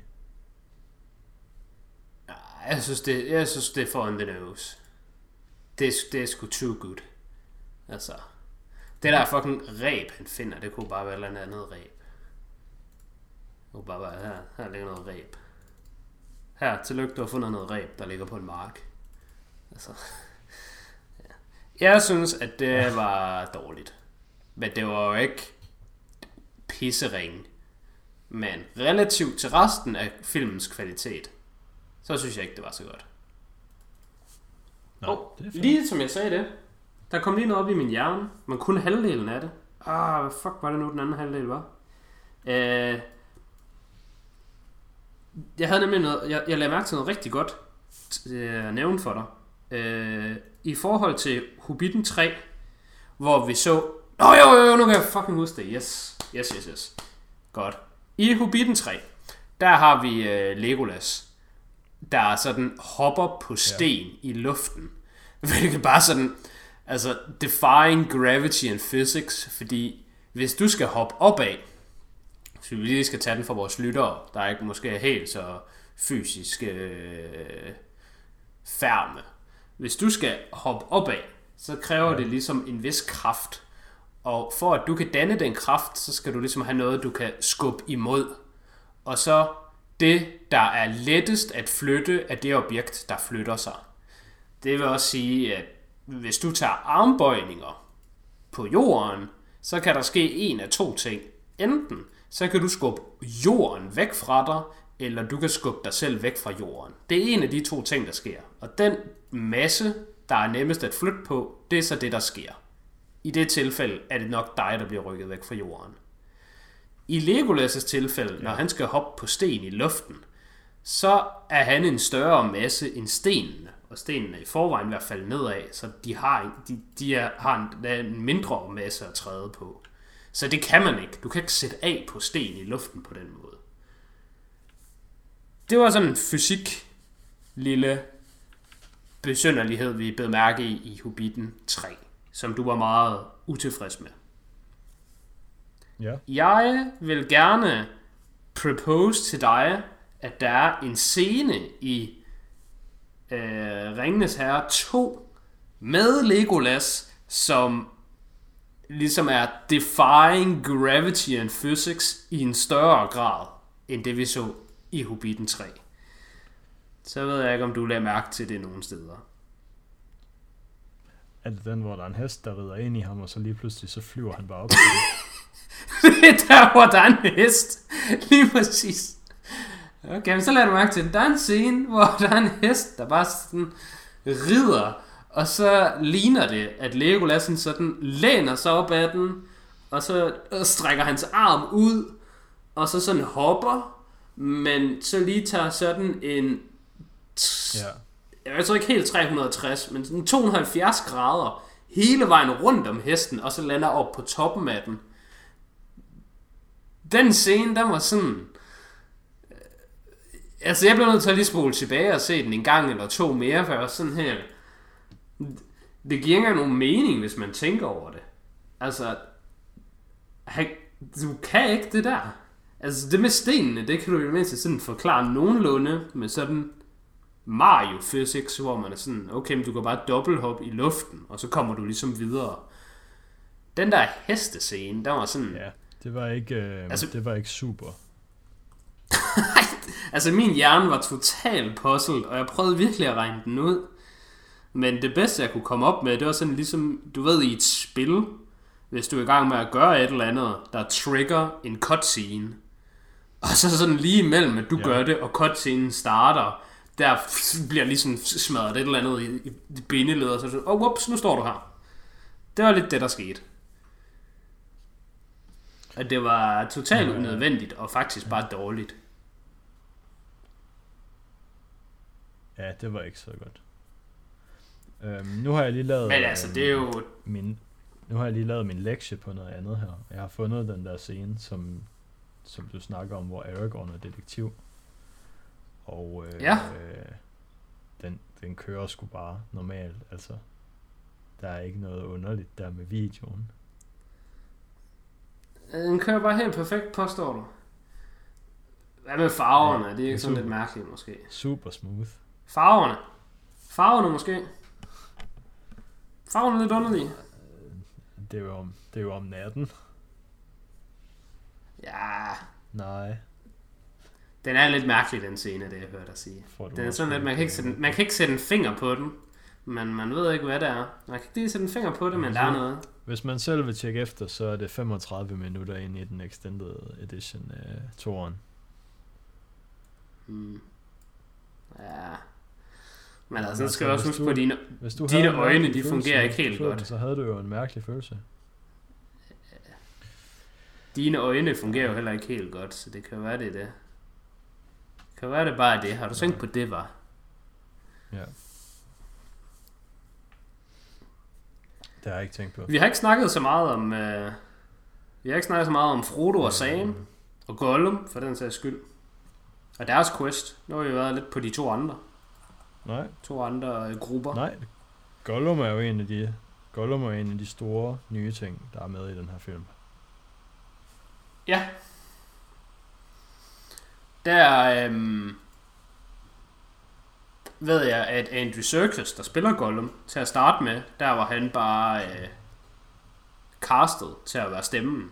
Jeg synes, det er for on the nose. Det er sgu too good. Altså, det der fucking ræb, han finder, det kunne bare være et eller andet ræb. Det kunne bare være, her ligger noget ræb. Her, tillykke, du har fundet noget ræb, der ligger på en mark. Altså, ja. Jeg synes, at det var dårligt. Men det var jo ikke pisseringe. Men relativt til resten af filmens kvalitet, så synes jeg ikke, det var så godt. Lige som jeg sagde det, der kom lige noget op i min hjerne, men kun halvdelen af det. Hvad fuck var det nu, den anden halvdel var? Jeg havde nemlig noget, jeg lagde mærke til noget rigtig godt at nævne for dig. I forhold til Hobbiten 3, hvor vi så... Jo, nu kan jeg fucking huske det. Yes. Godt. I Hobbiten 3, der har vi Legolas, der sådan hopper på sten i luften. Hvilket bare sådan, altså, defying gravity and physics, fordi hvis du skal hoppe opad, så vi lige skal tage den for vores lyttere, der er ikke måske helt så fysisk færme. Hvis du skal hoppe opad, så kræver det ligesom en vis kraft. Og for at du kan danne den kraft, så skal du ligesom have noget, du kan skubbe imod. Og så det, der er lettest at flytte, er det objekt, der flytter sig. Det vil også sige, at hvis du tager armbøjninger på jorden, så kan der ske en af to ting. Enten så kan du skubbe jorden væk fra dig, eller du kan skubbe dig selv væk fra jorden. Det er en af de to ting, der sker. Og den masse, der er nemmest at flytte på, det er så det, der sker. I det tilfælde er det nok dig, der bliver rykket væk fra jorden. I Legolas' tilfælde, når han skal hoppe på sten i luften, så er han en større masse end stenene. Og stenene er i forvejen ved at falde nedad, så de har en mindre masse at træde på. Så det kan man ikke. Du kan ikke sætte af på sten i luften på den måde. Det var sådan en fysik lille besynderlighed, vi bed mærke i Hobbiten 3, som du var meget utilfreds med. Ja. Jeg vil gerne propose til dig, at der er en scene i Ringenes Herre 2 med Legolas, som ligesom er defying gravity and physics i en større grad, end det vi så i Hobbiten 3. Så ved jeg ikke, om du lader mærke til det nogen steder. Er det den, hvor der er en hest, der rider ind i ham, og så lige pludselig så flyver han bare op? Det er der, hvor der er en hest. Lige præcis. Okay, men så lader du mærke til, der er en scene, hvor der er en hest, der bare sådan rider, og så ligner det, at Legolas sådan læner sig op ad den, og så strækker hans arm ud, og så sådan hopper, men så lige tager sådan en... Jeg tror ikke helt 360, men sådan 270 grader hele vejen rundt om hesten, og så lander op på toppen af den. Den scene, den var sådan... Altså, jeg blev nødt til at lige spole tilbage og se den en gang eller to mere, for jeg var sådan her... Det giver ikke nogen mening, hvis man tænker over det. Altså, du kan ikke det der. Altså, det med stenene, det kan du jo mindst sådan forklare nogenlunde med sådan Mario Physics, hvor man er sådan, okay, men du kan bare dobbelthoppe i luften, og så kommer du ligesom videre. Den der hestescene, der var sådan... Ja, det var ikke super. Altså, min hjerne var totalt puzzled, og jeg prøvede virkelig at regne den ud. Men det bedste, jeg kunne komme op med, det var sådan ligesom, du ved, i et spil, hvis du er i gang med at gøre et eller andet, der trigger en cutscene. Og så sådan lige imellem, at du gør det, og cutscenen starter, der bliver ligesom smadret et eller andet i bindeled, og så sådan, whoops, nu står du her. Det var lidt det, der skete. Og det var totalt unødvendigt, og faktisk bare dårligt. Ja, det var ikke så godt. Nu har jeg lige lavet... Men altså, det er jo... Nu har jeg lige lavet min lektie på noget andet her. Jeg har fundet den der scene, som du snakker om, hvor Aragorn er detektiv. og Ja. den kører sgu bare normalt, altså. Der er ikke noget underligt der med videoen. Den kører bare helt perfekt, påstår du. Hvad med farverne? Ja, Det er ikke sådan super. lidt mærkeligt, måske. Super smooth. Farverne måske. Farverne er lidt underlige. Det er jo om natten. Ja, Nej. den er lidt mærkelig, den scene, det jeg hørte dig sige. Den er sådan lidt, man kan ikke sætte en finger på den, men man ved ikke, hvad det er. Man kan ikke lige sætte en finger på det, men der er noget. Hvis man selv vil tjekke efter, så er det 35 minutter ind i den extended edition af toren. Ja. Men altså, så skal jeg også huske på, Hvis du dine havde en øjne, mærkelig de fungerer følelse, ikke helt godt. Så havde du jo en mærkelig følelse. Dine øjne fungerer jo heller ikke helt godt, så det kan være det er det. Det kan være det bare er det. Har du tænkt på det, var? Ja. Det har jeg ikke tænkt på. Vi har ikke snakket så meget om Frodo og Sam og Gollum, for den sags skyld. Og deres quest. Nu har vi været lidt på de to andre. Nej. To andre grupper. Nej. Gollum er jo en af de store nye ting, der er med i den her film. Ja. Der ved jeg, at Andy Serkis, der spiller Gollum, til at starte med, der var han bare castet til at være stemmen.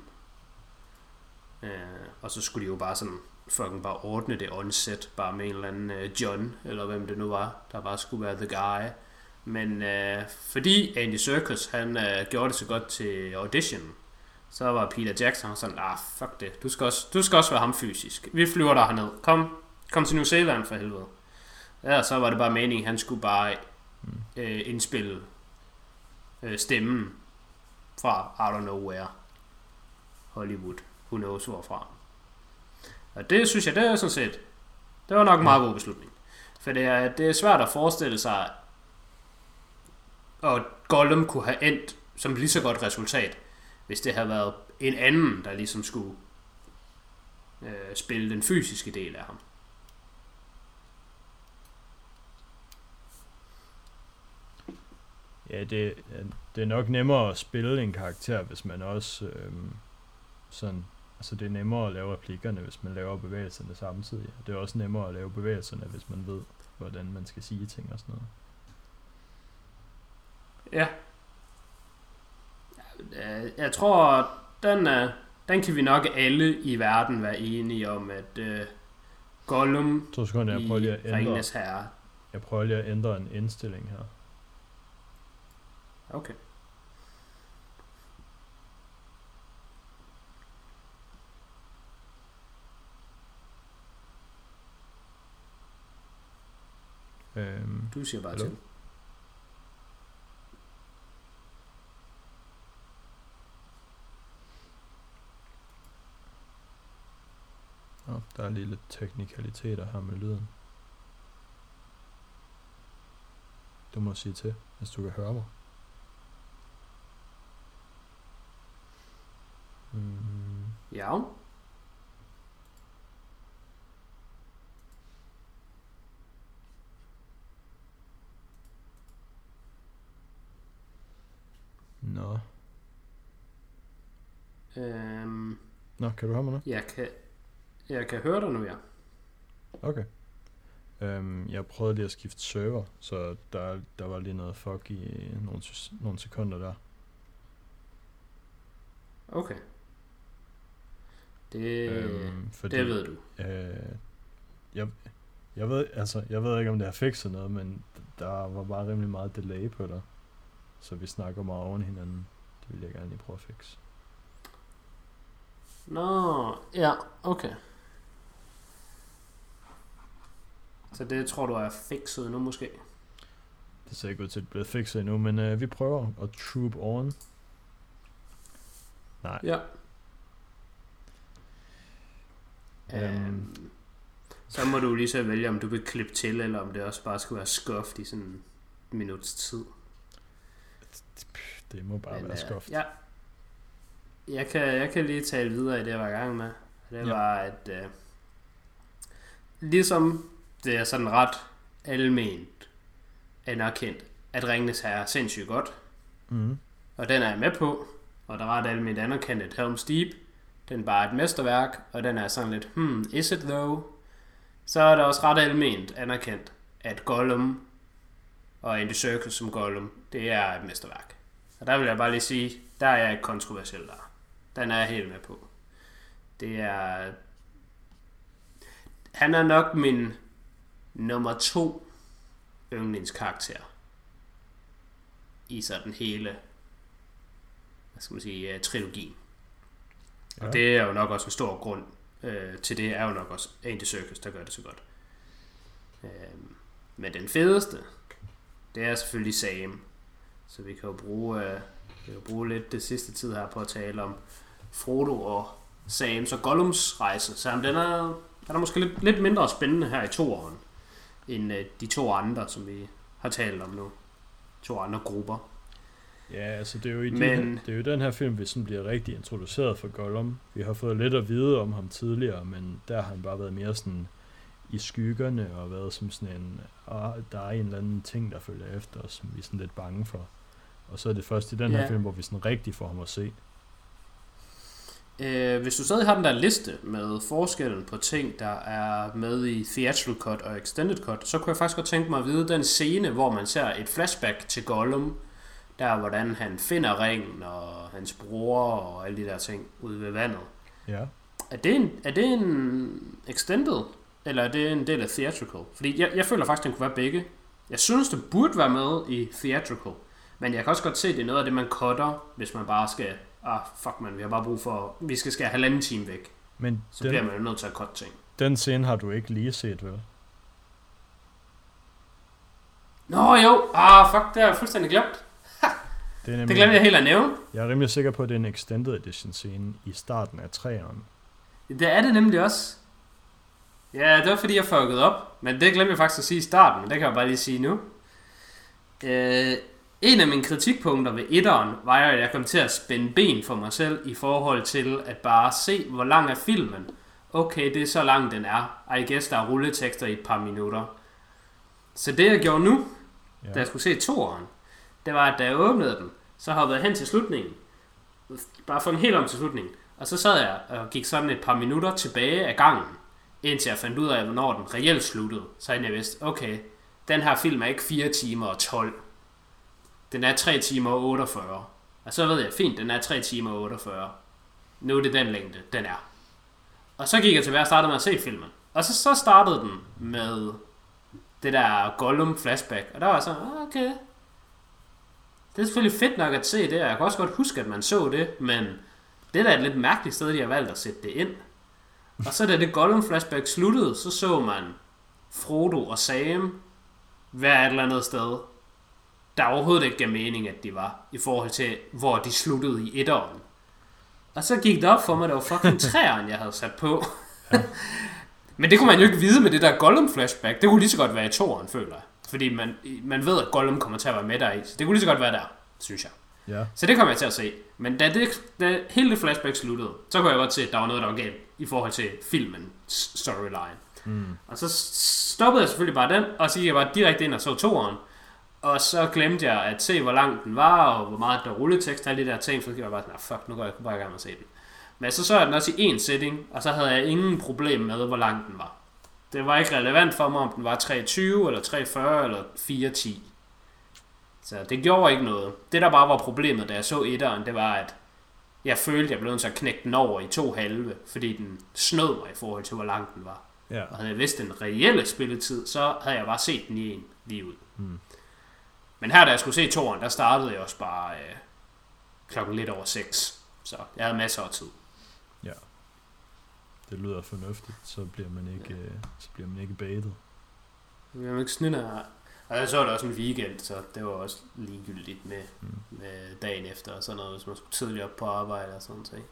Og så skulle de jo bare sådan fucking bare ordne det on-set, bare med en eller anden John, eller hvem det nu var, der bare skulle være the guy. Men fordi Andy Serkis, han gjorde det så godt til auditionen, så var Peter Jackson sådan, fuck det, du skal også være ham fysisk. Vi flyver der herned. Kom til New Zealand for helvede. Ja, så var det bare meningen, han skulle bare indspille stemmen fra out of nowhere. Hollywood. Who knows hvorfra. Og det synes jeg, det er sådan set, det var nok en meget god beslutning. For det er svært at forestille sig, at Gollum kunne have endt som lige så godt resultat, hvis det havde været en anden, der ligesom skulle spille den fysiske del af ham. Ja, det er nok nemmere at spille en karakter, hvis man også sådan, altså det er nemmere at lave replikkerne, hvis man laver bevægelserne samtidig. Det er også nemmere at lave bevægelserne, hvis man ved, hvordan man skal sige ting og sådan noget. Ja. Jeg tror, den kan vi nok alle i verden være enige om, at Gollum 2 sekunder, i Ringenes Herre. Jeg prøver lige at ændre en indstilling her. Okay. Du siger bare til. Der er lige lidt teknikaliteter her med lyden. Du må sige til, hvis du kan høre mig. Ja. Nå. Nå, kan du høre mig nu? Jeg kan høre dig nu, ja. Okay. Jeg prøvede lige at skifte server, så der var lige noget fuck i nogle sekunder der. Okay. Fordi, det ved du. Jeg ved ikke, om det har fikset noget, men der var bare rimelig meget delay på det. Så vi snakker meget oven hinanden. Det vil jeg gerne lige prøve at fikse. Nå, ja, okay. Så det tror du er fikset nu måske? Det ser ikke ud til at blive fikset endnu, men vi prøver at troop on. Nej. Ja. Så må du lige så vælge, om du vil klippe til, eller om det også bare skal være skuffet i sådan en minuts tid. Det må bare være skuffet. Ja. Jeg kan lige tale videre i det, jeg var i gang med. Det var, at ligesom det er sådan ret alment anerkendt, at Ringenes Herre er sindssygt godt. Mm. Og den er jeg med på. Og der er ret alment anerkendt, at Helm's Deep, den er bare et mesterværk, og den er sådan lidt, is it though? Så er der også ret alment anerkendt, at Gollum og Andy Serkis som Gollum, det er et mesterværk. Og der vil jeg bare lige sige, der er jeg ikke kontroversiel der. Den er jeg helt med på. Det er... Han er nok min nummer 2 yndlingskarakter i sådan hele, hvad skal man sige, trilogien. Ja. Og det er jo nok også en stor grund til det, er jo nok også Andy Serkis, der gør det så godt. Men den fedeste, det er selvfølgelig Sam. Så vi kan jo bruge lidt det sidste tid her på at tale om Frodo og Sams og Gollums rejse. Så den er måske lidt mindre spændende her i toeren, end de 2 andre, som vi har talt om nu. 2 andre grupper. Ja, altså det er jo det er jo den her film, vi sådan bliver rigtig introduceret for Gollum. Vi har fået lidt at vide om ham tidligere, men der har han bare været mere sådan i skyggerne og været som sådan en, der er en eller anden ting, der følger efter os, som vi er sådan lidt bange for. Og så er det først i den her film, hvor vi sådan rigtig får ham at se. Hvis du stadig har den der liste med forskellen på ting, der er med i theatrical cut og extended cut, så kunne jeg faktisk godt tænke mig at vide den scene, hvor man ser et flashback til Gollum, der hvordan han finder ringen og hans bror og alle de der ting ude ved vandet. Ja. Er det en extended, eller er det en del af theatrical? Fordi jeg føler faktisk, den kunne være begge. Jeg synes, det burde være med i theatrical, men jeg kan også godt se, at det er noget af det, man cutter, hvis man bare skal... vi har bare brug for... Vi skal skære 1,5 time væk. Men så bliver man jo nødt til at cutte ting. Den scene har du ikke lige set, vel? Nå jo! Det har jeg fuldstændig glemt. Det glemte jeg helt at nævne. Jeg er rimelig sikker på, at det er en extended edition scene i starten af 3'eren. Det er det nemlig også. Ja, det var fordi, jeg fuckede op. Men det glemte jeg faktisk at sige i starten, men det kan jeg bare lige sige nu. En af mine kritikpunkter ved etteren var, at jeg kom til at spænde ben for mig selv i forhold til at bare se, hvor lang er filmen. Okay, det er så lang den er. I guess, der er rulletekster i et par minutter. Så det jeg gjorde nu, da jeg skulle se toeren, det var, at da jeg åbnede den, så hoppede jeg hen til slutningen. Bare for en helt om til slutningen. Og så sad jeg og gik sådan et par minutter tilbage af gangen, indtil jeg fandt ud af, hvornår den reelt sluttede. Så jeg vidste, okay, den her film er ikke 4 timer og 12. Den er 3 timer og 48. Og så ved jeg, fint, den er 3 timer og 48. Nu er det den længde, den er. Og så gik jeg tilbage og startede med at se filmen. Og så startede den med det der Gollum flashback. Og der var sådan, okay. Det er selvfølgelig fedt nok at se det. Jeg kan også godt huske, at man så det. Men det er da et lidt mærkeligt sted, de har valgt at sætte det ind. Og så da det Gollum flashback sluttede, så man Frodo og Sam hver et eller andet sted, der overhovedet ikke gav mening, at de var, i forhold til, hvor de sluttede i etteren. Og så gik det op for mig, at det var fucking 3'eren, jeg havde sat på. Ja. Men det kunne man jo ikke vide med det der Gollum flashback. Det kunne lige så godt være i 2'eren, føler jeg. Fordi man ved, at Gollum kommer til at være med der i. Så det kunne lige så godt være der, synes jeg. Ja. Så det kom jeg til at se. Men da hele det flashback sluttede, så kunne jeg godt se, at der var noget, der var galt i forhold til filmens storyline. Og så stoppede jeg selvfølgelig bare den, og så gik jeg bare direkte ind og så 2'eren. Og så glemte jeg at se, hvor lang den var, og hvor meget der rulletekst og alle de der ting. Så gik jeg bare sådan, fuck, nu går jeg bare i gang med at se den. Men så jeg den også i én setting, og så havde jeg ingen problem med, hvor lang den var. Det var ikke relevant for mig, om den var 3.20, eller 3.40, eller 4.10. Så det gjorde ikke noget. Det der bare var problemet, da jeg så etteren, det var, at jeg følte, at jeg blev nødt til at knække den over i 2,5, fordi den snød mig i forhold til, hvor lang den var. Ja. Og havde jeg vidst den reelle spilletid, så havde jeg bare set den i en lige ud. Men her, da jeg skulle se toren, der startede jeg også bare klokken lidt over 6. Så jeg havde masser af tid. Ja. Det lyder fornuftigt, så bliver man ikke baitet. Jeg bliver ikke snydt af. Og jeg så det også en weekend, så det var også ligegyldigt med dagen efter og sådan noget, hvis man skulle tidligt op på arbejde og sådan noget.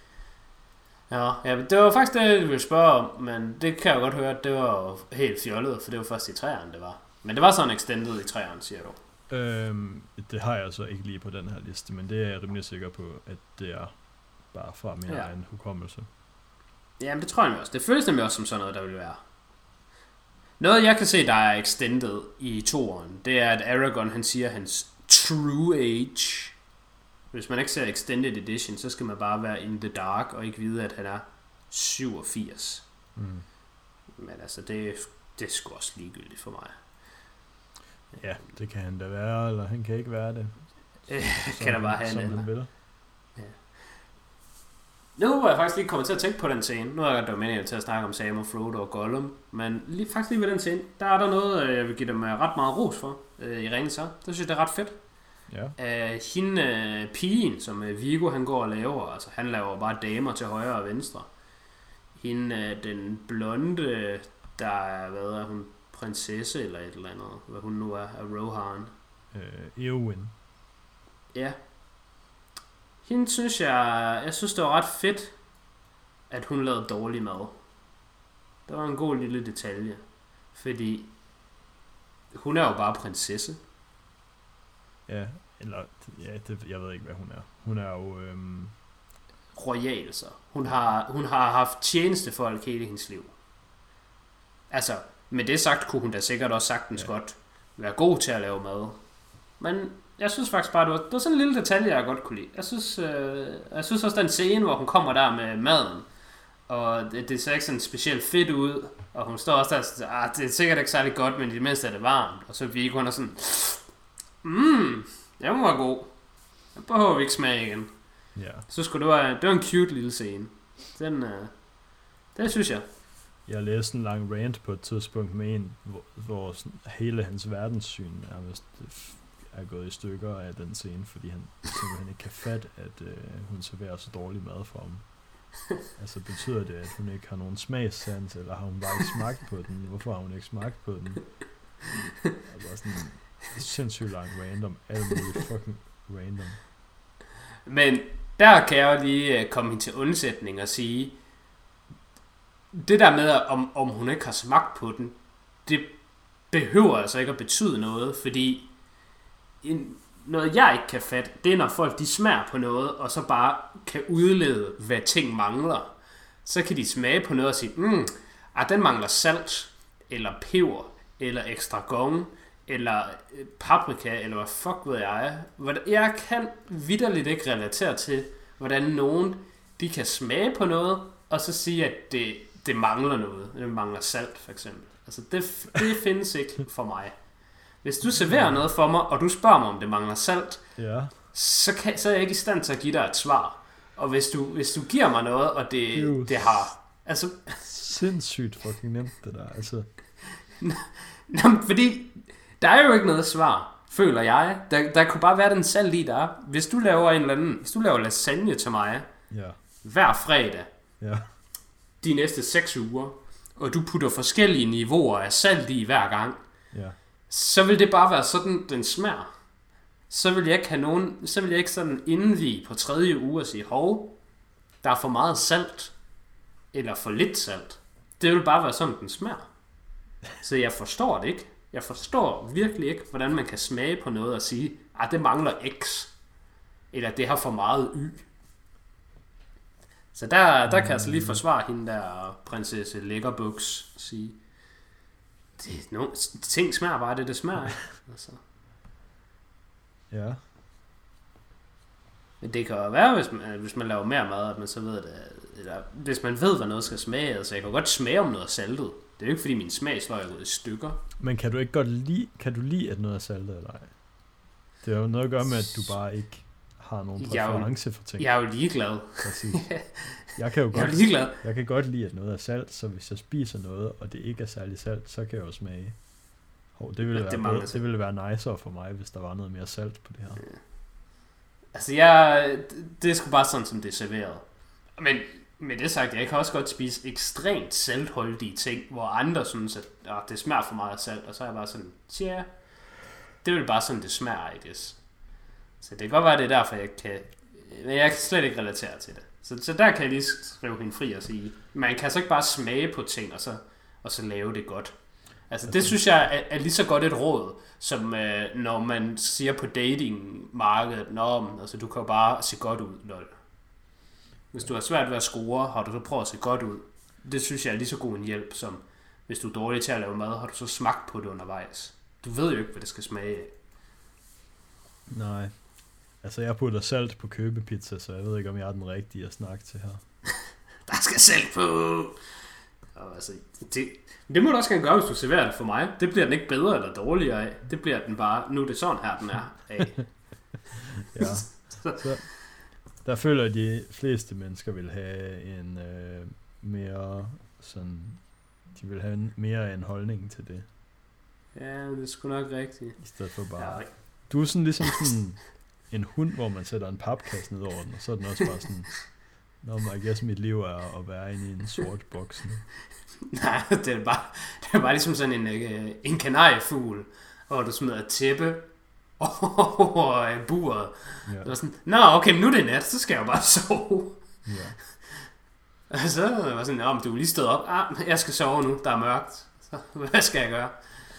Ja, det var faktisk det, jeg ville spørge om, men det kan jeg godt høre, at det var helt fjollet, for det var først i 3'eren, det var. Men det var sådan extended i 3'eren, siger du? Det har jeg så ikke lige på den her liste, men det er jeg rimelig sikker på, at det er bare fra min egen hukommelse. Jamen det tror jeg også. Det føles nemlig også som sådan noget, der vil være. Noget, jeg kan se, der er extended i toeren, det er, at Aragorn, han siger hans true age. Hvis man ikke ser extended edition, så skal man bare være in the dark, og ikke vide, at han er 87. Men altså, det er sgu også ligegyldigt for mig. Ja, det kan han da være, eller han kan ikke være det. Kan der bare have som en han vil. Ja. Nu var jeg faktisk lige kommet til at tænke på den scene. Nu er jeg domineret til at snakke om Sam og Frodo og Gollum. Men faktisk lige ved den scene, der er der noget, jeg vil give dem ret meget ros for i Ringens Herre. Det synes jeg, det er ret fedt. Ja. Hende pigen, som Viggo han går og laver, altså han laver bare damer til højre og venstre. Hende, den blonde, der er, hvad er hun, prinsesse eller et eller andet, hvad hun nu er, af Rohan. Eowyn. Ja. Hende synes jeg synes det var ret fedt, at hun lavede dårlig mad. Det var en god lille detalje. Fordi hun er jo bare prinsesse. Ja, eller jeg ved ikke, hvad hun er. Hun er jo royal, så. Hun har haft tjenestefolk hele hendes liv. Altså, med det sagt, kunne hun da sikkert også sagtens godt være god til at lave mad. Men jeg synes faktisk bare, det var sådan en lille detalje, jeg godt kunne lide. Jeg synes også den scene, hvor hun kommer der med maden, og det ser ikke sådan specielt fedt ud, og hun står også der og siger, det er sikkert ikke særlig godt, men i det mindste er det varmt. Og så Viggo, hun er sådan, det var god. Jeg behøver ikke smage igen. Ja. Så skulle det var en cute lille scene. Det synes jeg. Jeg læste en lang rant på et tidspunkt med en, hvor hele hans verdenssyn er gået i stykker af den scene, fordi han simpelthen ikke kan fatte, at hun serverer så dårlig mad for ham. Altså betyder det, at hun ikke har nogen smagssans, eller har hun bare ikke smagt på den? Hvorfor har hun ikke smagt på den? Altså sådan en sindssygt lang random, alt muligt fucking random. Men der kan jeg jo lige komme ind til undsætning og sige, det der med, om hun ikke har smagt på den, det behøver altså ikke at betyde noget, fordi noget jeg ikke kan fatte, det er når folk de smager på noget, og så bare kan udlede, hvad ting mangler. Så kan de smage på noget og sige, den mangler salt, eller peber, eller extragon, eller paprika, eller hvad fuck ved jeg. Jeg kan vitterligt ikke relatere til, hvordan nogen de kan smage på noget, og så sige, at det mangler noget. Det mangler salt, for eksempel. Altså, det findes ikke for mig. Hvis du serverer noget for mig, og du spørger mig, om det mangler salt, så er jeg ikke i stand til at give dig et svar. Og hvis du giver mig noget, og det har... Altså... Sindssygt fucking nemt, det der. Altså... fordi der er jo ikke noget svar, føler jeg. Der kunne bare være den salt i, der er. Hvis du laver lasagne til mig, hver fredag, de næste 6 uger, og du putter forskellige niveauer af salt i hver gang, så vil det bare være sådan, den smager. Så vil jeg ikke sådan indvige på 3. uge og sige, hov, der er for meget salt, eller for lidt salt. Det vil bare være sådan, den smager. Så jeg forstår det ikke. Jeg forstår virkelig ikke, hvordan man kan smage på noget og sige, det mangler X, eller det har for meget Y. Så der kan jeg altså lige forsvare hende der prinsesse Lækkerbuks og sige, ting smager bare det smager. Altså. Ja. Men det kan jo være, hvis man laver mere mad, at man så ved det, eller hvis man ved, hvad noget skal smage. Altså jeg kan godt smage om noget saltet. Det er jo ikke fordi min smagsløg er gået i stykker. Men kan du ikke godt lide, at noget er saltet eller ej? Det har jo noget at gøre med, at du bare ikke har nogen præference for ting. Jeg er jo ligeglad. Præcis. Jeg kan godt lide, at noget er salt, så hvis jeg spiser noget, og det ikke er særlig salt, så kan jeg jo smage. Det ville være nicer for mig, hvis der var noget mere salt på det her. Ja. Altså det er sgu bare sådan, som det er serveret. Men med det sagt, jeg kan også godt spise ekstremt saltholdige ting, hvor andre synes, at det smager for meget salt, og så er jeg bare sådan, det er jo bare sådan, det smager, I guess. Så det kan godt være, det er derfor, jeg kan slet ikke relatere til det. Så der kan jeg lige skrive hende fri og sige, man kan så ikke bare smage på ting, og så lave det godt. Altså det synes jeg er lige så godt et råd, som når man siger på datingmarkedet, altså du kan jo bare se godt ud, lol. Hvis du har svært ved at score, har du så prøvet at se godt ud. Det synes jeg er lige så god en hjælp, som hvis du er dårlig til at lave mad, har du så smagt på det undervejs? Du ved jo ikke, hvad det skal smage af. Nej. Altså, jeg putter salt på købepizza, så jeg ved ikke, om jeg er den rigtige at snakke til her. Der skal salt på! Og altså, det må du også gerne gøre, hvis du serverer det for mig. Det bliver den ikke bedre eller dårligere af. Det bliver den bare, nu er det sådan her, den er af. Ja. Så, der føler jeg, at de fleste mennesker vil have en mere sådan... De vil have mere en holdning til det. Ja, det er sgu nok rigtigt. I stedet for bare... Ja. Du er sådan ligesom sådan en hund, hvor man sætter en papkasse ned over den, og så er den også bare sådan... Nå, I guess mit liv er at være inde i en sort boks nu. Nej, det er bare ligesom sådan en kanariefugl, hvor du smider et tæppe over buret. Ja. Det var sådan, nå okay, nu er det nat, så skal jeg jo bare sove. Ja. Og så var jeg sådan, du er lige stået op, jeg skal sove nu, der er mørkt, så hvad skal jeg gøre?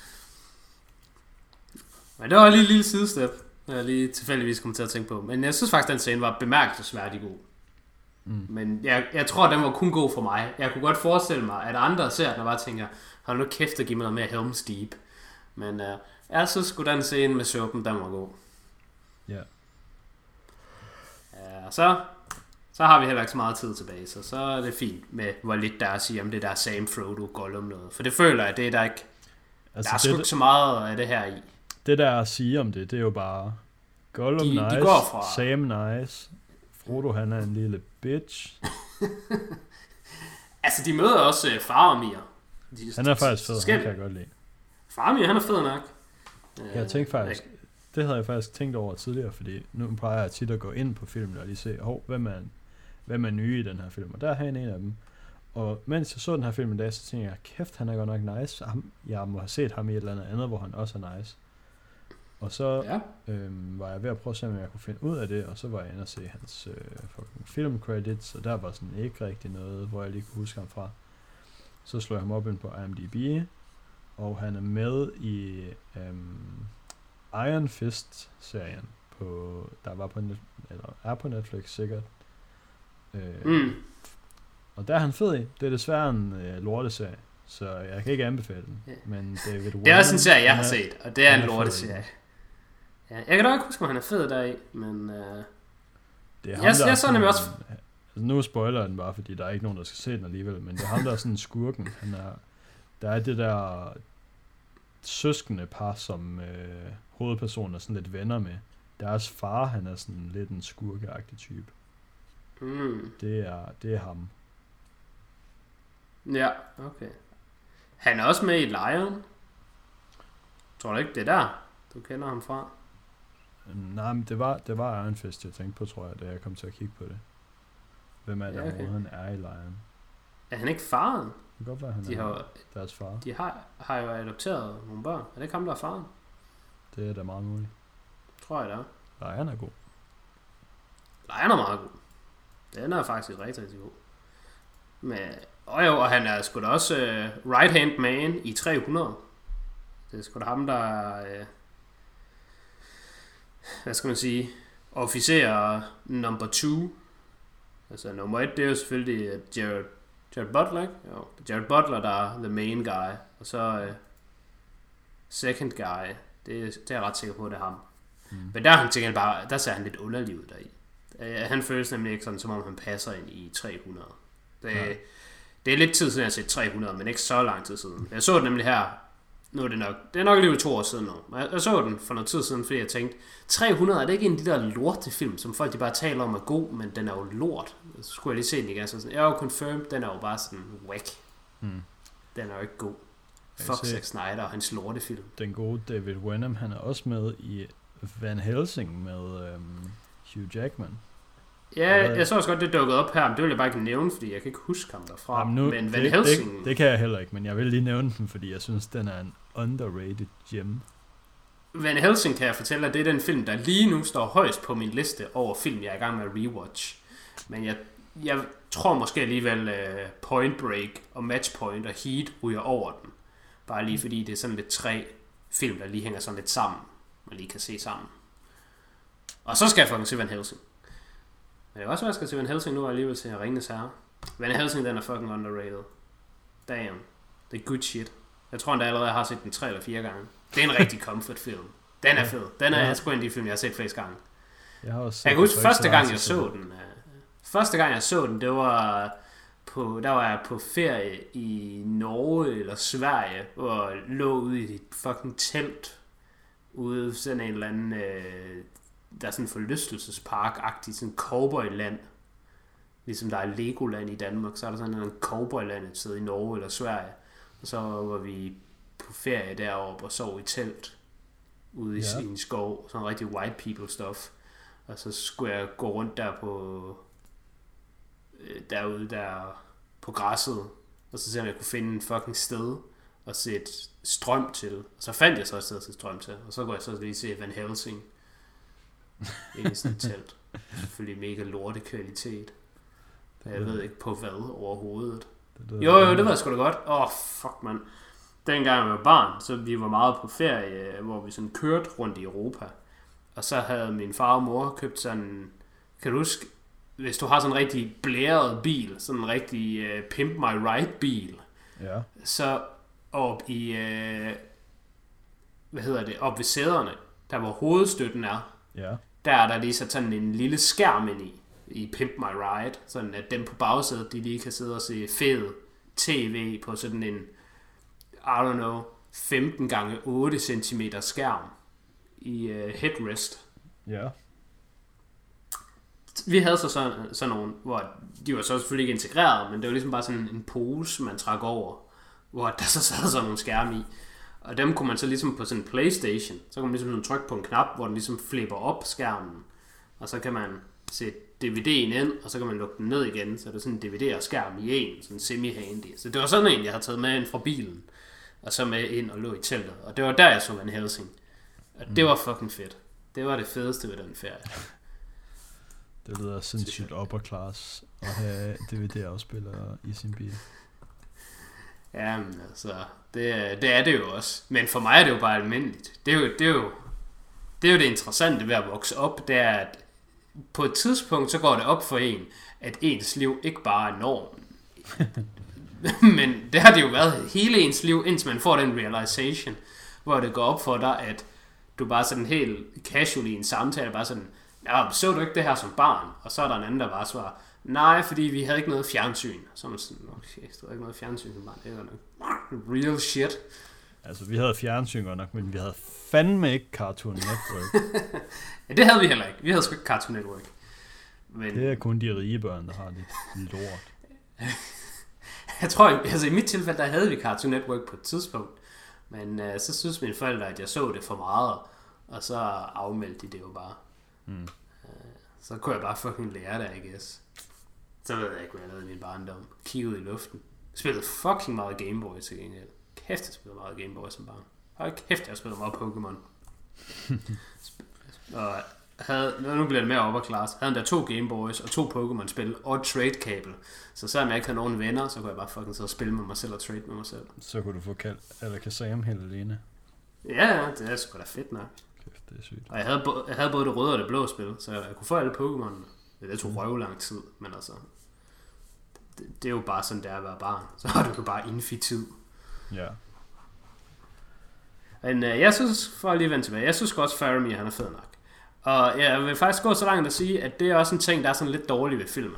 Men det var lige et lille sidestep, jeg lige tilfældigvis kom til at tænke på. Men jeg synes faktisk, den scene var bemærkelsesværdig god. Men jeg tror, den var kun god for mig. Jeg kunne godt forestille mig, at andre ser den og bare tænker, hold nu kæft og giv mig noget mere Helm's Deep. Men jeg synes sgu den scene med suppen, den var god. Ja. Ja, så har vi heller ikke så meget tid tilbage, så er det fint med, hvor lidt der er at sige om det der Sam, Frodo, Gollum noget. For det føler jeg, det er der ikke, altså der er sgu ikke så meget af det her i. Det der at sige om det er jo bare, Gollum nice, de går fra... Sam nice, Frodo han er en lille bitch. Altså de møder også Faramir. Han er faktisk fed, han kan jeg godt lide. Faramir, han er fed nok. Jeg tænkte faktisk, det havde jeg faktisk tænkt over tidligere, fordi nu plejer jeg tit at gå ind på filmen og lige se, hvem er nye i den her film, og der er han en af dem. Og mens jeg så den her film en dag, så tænkte jeg, kæft, han er godt nok nice. Jeg må have set ham i et eller andet, hvor han også er nice. Og så var jeg ved at prøve at se, om jeg kunne finde ud af det, og så var jeg inde og se hans film credits, og der var sådan ikke rigtig noget, hvor jeg lige kunne huske ham fra. Så slog jeg ham op ind på IMDb, og han er med i Iron Fist-serien, der var er på Netflix sikkert. Og der er han fed i. Det er desværre en lorteserie, så jeg kan ikke anbefale den. Men David Wenham, det er også en serie, jeg har set, og det er en lorteserie. Ja, jeg kan da ikke huske, om han er fed deri, men... det er ham, jeg så nemlig også... Altså, nu spoiler jeg den bare, fordi der er ikke nogen, der skal se den alligevel, men det er ham, der er sådan en skurken. Der er det der søskende par, som hovedpersonen er sådan lidt venner med. Deres far, han er sådan lidt en skurkeagtig type. Det er ham. Ja, okay. Han er også med i Lion. Tror du ikke, det er der, du kender ham fra? Nej, men det var Iron Fist, jeg tænkte på, tror jeg, da jeg kom til at kigge på det. Hvem er der, hvor han er i Lion? Er han ikke faren? Det kan godt være, han er deres far. De har jo adopteret nogle børn. Er det ikke ham, der er faren? Det er da meget muligt. Tror jeg, det er. Lion er god. Lion er meget god. Den er faktisk rigtig, rigtig god. Men, og han er sgu da også right hand man i 300. Det er sgu da ham, der er, hvad skal man sige, officer number 2. Altså nummer 1, det er jo selvfølgelig Jared Butler, ikke? Jo, Jared Butler, der er the main guy. Og så second guy, det er jeg ret sikker på, det er ham. Men der er han til gengæld bare, der ser han lidt underlig ud deri. Han føles nemlig ikke sådan, som om han passer ind i 300. Det er lidt tid siden, jeg har set 300, men ikke så lang tid siden. Jeg så det nemlig her, nu er det er nok alligevel 2 år siden nu. Jeg så den for noget tid siden, fordi jeg tænkte, 300 er det ikke en af de der lortefilm, som folk de bare taler om er god, men den er jo lort. Så skulle jeg lige se den igen, så sådan, jeg er jo confirmed, den er jo bare sådan whack. Den er jo ikke god. Fuck Zack Snyder og hans lortefilm. Den gode David Wenham, han er også med i Van Helsing med Hugh Jackman. Ja, jeg så også godt, det dukkede op her, men det vil jeg bare ikke nævne, fordi jeg kan ikke huske ham derfra. Men Van Helsing... Det kan jeg heller ikke, men jeg vil lige nævne den, fordi jeg synes, den er en underrated gem. Van Helsing kan jeg fortælle, at det er den film, der lige nu står højst på min liste over film, jeg er i gang med at rewatch. Men jeg tror måske alligevel Point Break og Match Point og Heat ryger over den. Bare lige fordi det er sådan lidt 3 film, der lige hænger sådan lidt sammen, man lige kan se sammen. Og så skal jeg fucking se Van Helsing. Men det er også, hvad jeg skal se Van Helsing nu, og alligevel til Ringenes Herre. Van Helsing, den er fucking underrated. Damn. Det er good shit. Jeg tror endda allerede, jeg har set den 3 eller 4 gange. Det er en rigtig comfort film. Den er fed. Den er sgu en af de film, jeg har set flest gange. Jeg kan huske første gang jeg så den, det var der var jeg på ferie i Norge eller Sverige, hvor jeg lå ude i et fucking telt ude sådan en eller anden der er sådan en forlystelsespark-agtig, sådan en cowboyland, ligesom der er Legoland i Danmark, så er der sådan en cowboyland et sted i Norge eller Sverige, og så var vi på ferie deroppe og sov i telt ude i en skov, sådan rigtig white people stuff, og så skulle jeg gå rundt der derude der på græsset, og så se om jeg kunne finde en fucking sted og sætte strøm til, og så fandt jeg så et sted at sætte strøm til, og så kunne jeg så lige se Van Helsing ind i sådan et telt. Selvfølgelig mega lorte kvalitet. Jeg ved ikke på hvad overhovedet. Jo, det ved jeg sgu da godt. Fuck man. Dengang jeg var barn, så vi var meget på ferie, hvor vi sådan kørte rundt i Europa. Og så havde min far og mor købt sådan, kan du huske, hvis du har sådan en rigtig blæret bil, sådan en rigtig Pimp My Ride bil, så op i, op ved sæderne, der hvor hovedstøtten er, der er der lige sådan en lille skærm ind i Pimp My Ride, sådan at dem på bagsædet, de lige kan sidde og se fed tv på sådan en, I don't know, 15 gange 8 cm skærm i headrest. Ja. Vi havde så sådan nogle, hvor de var så selvfølgelig ikke integreret, men det var ligesom bare sådan en pose, man trak over, hvor der så sad sådan nogle skærme i. Og dem kunne man så ligesom på sådan en PlayStation, så kunne man ligesom trykke på en knap, hvor den ligesom flipper op skærmen, og så kan man sætte DVD'en ind, og så kan man lukke den ned igen, så er det sådan en DVD og skærm i en, sådan semi-handy. Så det var sådan en, jeg havde taget med ind fra bilen, og så med ind og lå i teltet. Og det var der, jeg så Van Helsing. Og det var fucking fedt. Det var det fedeste ved den ferie. Det lyder sindssygt upper class at have DVD-afspillere i sin bil. Jamen altså, det er det jo også. Men for mig er det jo bare almindeligt. Det er jo det interessante ved at vokse op, det er, at på et tidspunkt, så går det op for en, at ens liv ikke bare er normen. Men det har det jo været hele ens liv, indtil man får den realization, hvor det går op for dig, at du bare sådan helt casual i en samtale, bare sådan, så du ikke det her som barn? Og så er der en anden, der bare svarer, nej, fordi vi havde ikke noget fjernsyn. Så er man sådan, okay, der var ikke noget fjernsyn som barn, det var nok real shit. Altså, vi havde fjernsyn godt nok, men vi havde fandme ikke Cartoon Network. Ja, det havde vi heller ikke. Vi havde sgu ikke Cartoon Network. Men det er kun de rige børn, der har det lort. Jeg tror, altså i mit tilfælde, der havde vi Cartoon Network på et tidspunkt. Men så synes mine forældre, at jeg så det for meget. Og så afmeldte de det jo bare. Så kunne jeg bare fucking lære det, I guess. Så ved jeg ikke, hvad jeg lavede i min barndom. Kiggede i luften. Spillede fucking meget Game Boy til gengæld. Kæft, jeg spillede meget Game Boy som barn. Hold kæft, jeg spillede meget Pokémon. Og nu bliver det mere upper class. Havde der 2 Game Boys og 2 Pokémon-spil og et trade-kabel. Så selvom jeg ikke havde nogen venner, så kunne jeg bare fucking sidde og spille med mig selv og trade med mig selv. Så kunne du få kaldt Alakazam helt alene. Ja, det er sgu da fedt nok. Kæft, det er sygt. Og jeg havde både det røde og det blå spil, så jeg kunne få alle Pokémon. Det tog røv lang tid, men altså det er jo bare sådan, det er at være barn. Så har du jo bare infi-tid. Ja. Men jeg synes, for at lige vende tilbage, jeg synes også Faramir, han er fed nok. Og jeg vil faktisk gå så langt at sige, at det er også en ting, der er sådan lidt dårlig ved filmen.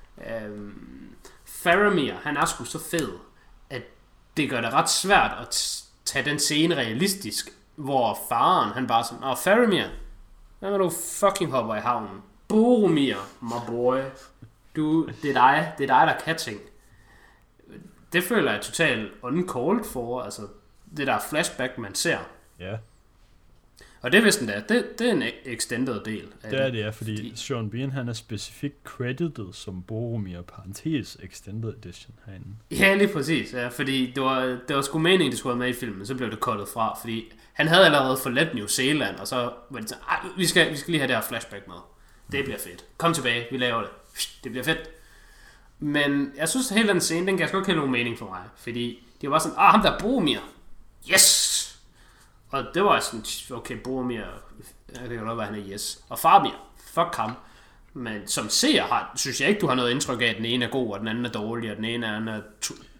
Faramir, han er sgu så fed, at det gør det ret svært at tage den scene realistisk, hvor faren, han bare sådan, Faramir, hvad du fucking hopper i havnen? Boromir, my boy. Det er dig, der kan ting. Det føler jeg totalt uncalled for, altså det der flashback, man ser. Ja. Og det vidste den der, det er en extended del af det. Det er, fordi Sean Bean, han er specifikt credited som Boromir, parentes extended edition herinde. Ja, lige præcis, ja, fordi det var sgu meningen, det skulle være med i filmen, så blev det cuttet fra, fordi han havde allerede forladt New Zealand, og så var det sådan, vi skal lige have det her flashback med. Det bliver fedt. Kom tilbage, vi laver det. Det bliver fedt. Men jeg synes, at hele den scene, den gav sgu ikke helt nogen mening for mig, fordi de var bare sådan, ham der er Boromir. Yes! Og det var sådan, okay, Boromir, det kan godt være, han er yes. Og Faramir, fuck ham. Men som seer synes jeg ikke, du har noget indtryk af, at den ene er god, og den anden er dårlig, og den ene er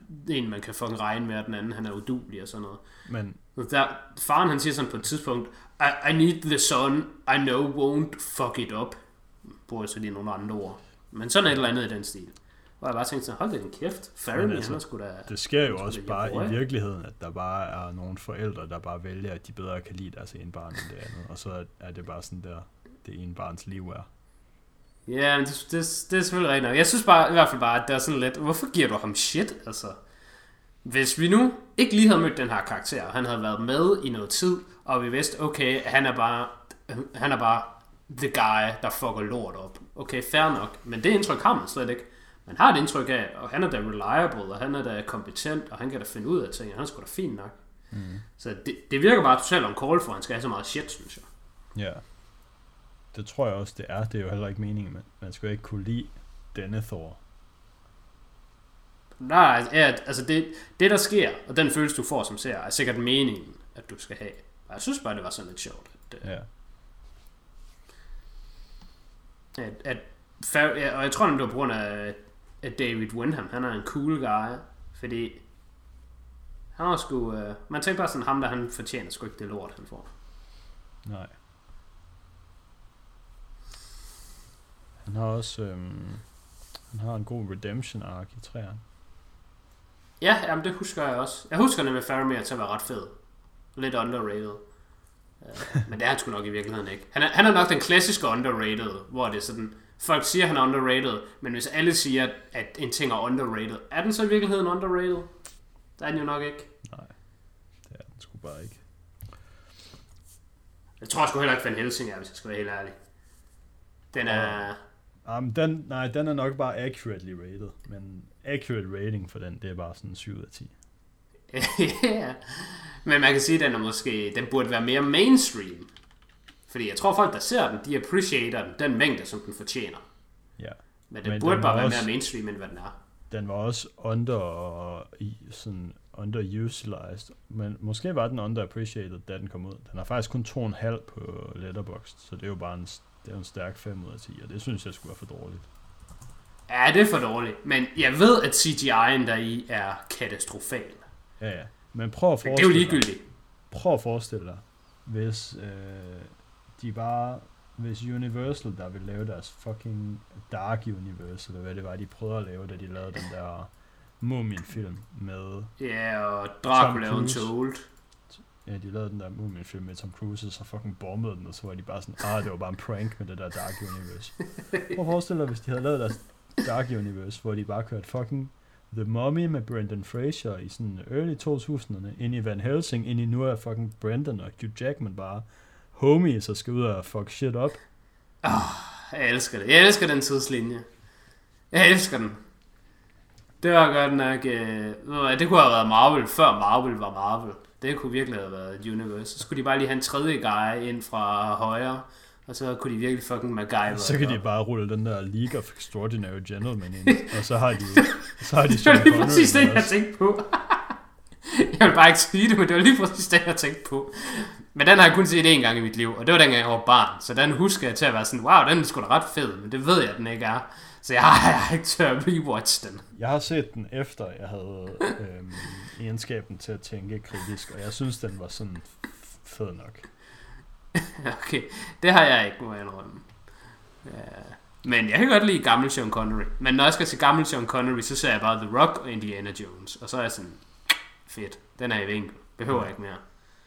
en, man kan fucking regne med, og den anden, han er uduelig og sådan noget. Men faren, han siger sådan på et tidspunkt, I need the son I know won't fuck it up. Bruger så lige nogle andre ord. Men sådan et eller andet i den stil. Og jeg bare tænkte sådan, hold da din kæft. Faramir, altså, han er sgu da... Det sker jo også bare i virkeligheden, at der bare er nogle forældre, der bare vælger, at de bedre kan lide deres ene barn end det andet. Og så er det bare sådan der, det ene barns liv er. Ja, men det er selvfølgelig rigtigt nok. Jeg synes bare, i hvert fald bare, at det er sådan lidt, hvorfor giver du ham shit, altså? Hvis vi nu ikke lige havde mødt den her karakter, og han havde været med i noget tid, og vi vidste, okay, han er bare the guy, der fucker lort op. Okay, fair nok, men det indtryk har man slet ikke. Man har et indtryk af, og han er da reliable, og han er da kompetent, og han kan da finde ud af ting, og han er sgu da fint nok. Så det virker bare totalt om call for, at han skal have så meget shit, synes jeg. Ja, det tror jeg også, det er. Det er jo heller ikke meningen, men man skal jo ikke kunne lide denne Thor. Nej, altså det der sker, og den følelse du får som ser, er sikkert meningen, at du skal have. Og jeg synes bare, det var sådan lidt sjovt. Og jeg tror, det var på grund af at David Wenham, han er en cool guy, fordi han var sgu, man tænker bare sådan, ham der han fortjener sgu ikke det lort, han får. Nej. Han har også, han har en god redemption arc i 3'eren. Ja, jamen det husker jeg også. Jeg husker nemlig Faramir til at være ret fed. Lidt underrated. Men det er han sgu nok i virkeligheden ikke. Han er nok den klassiske underrated, hvor det er sådan, folk siger, han er underrated, men hvis alle siger, at en ting er underrated, er den så i virkeligheden underrated? Det er den jo nok ikke. Nej, det er den sgu bare ikke. Jeg tror sgu heller ikke, Van Helsing er, hvis jeg skal være helt ærlig. Den er... Den er nok bare accurately rated, men accurate rating for den, det er bare sådan 7 af 10. Ja, men man kan sige, at den burde være mere mainstream. Fordi jeg tror, folk, der ser den, de appreciater den mængde, som den fortjener. Ja. Men den burde bare være mere mainstream, end hvad den er. Den var også underutilized, men måske var den underappreciated, da den kom ud. Den har faktisk kun 2,5 på Letterboxd, så det er jo bare en stærk 5 ud af 10, og det synes jeg skulle være for dårligt. Ja, det er for dårligt, men jeg ved, at CGI'en deri er katastrofal. Ja, men prøv at forestille dig. Det er jo ligegyldigt. Prøv at forestille dig, hvis Universal, der vil lave deres fucking Dark Universe, eller hvad det var, de prøvede at lave, da de lavede den der Mumien-film med... Ja, og Dracula Untold. Ja, de lavede den der Mumien-film med Tom Cruise, og så fucking bombede den, og så var de bare sådan, det var bare en prank med det der Dark Universe. Prøv at forestille dig, hvis de havde lavet deres Dark Universe, hvor de bare kørte fucking The Mummy med Brendan Fraser i sådan early 2000'erne, ind i Van Helsing, ind i nu er fucking Brendan og Hugh Jackman bare homies og skal ud og fuck shit op. Jeg elsker det. Jeg elsker den tidslinje. Jeg elsker den. Det var godt nok... det kunne have været Marvel, før Marvel var Marvel. Det kunne virkelig have været et universe. Så skulle de bare lige have en tredje guy ind fra højre, og så kunne de virkelig fucking MacGyver. Så kan de bare rulle den der League of Extraordinary Gentlemen ind, og så har de Sean Connery. Det var lige præcis det, jeg tænkte på. Jeg vil bare ikke sige det, men det var lige præcis det, jeg tænkte på. Men den har jeg kun set én gang i mit liv, og det var dengang jeg var barn. Så den husker jeg til at være sådan, wow, den er sgu da ret fed, men det ved jeg, den ikke er. Så jeg har ikke tør at rewatch den. Jeg har set den efter, jeg havde egenskaben til at tænke kritisk, og jeg synes, den var sådan fed nok. Okay, det har jeg ikke, må jeg indrømme. Men jeg kan godt lide gammel Sean Connery. Men når jeg skal se gammel Sean Connery, så ser jeg bare The Rock og Indiana Jones. Og så er jeg sådan, fedt, den er i vinkel. Behøver jeg ikke mere.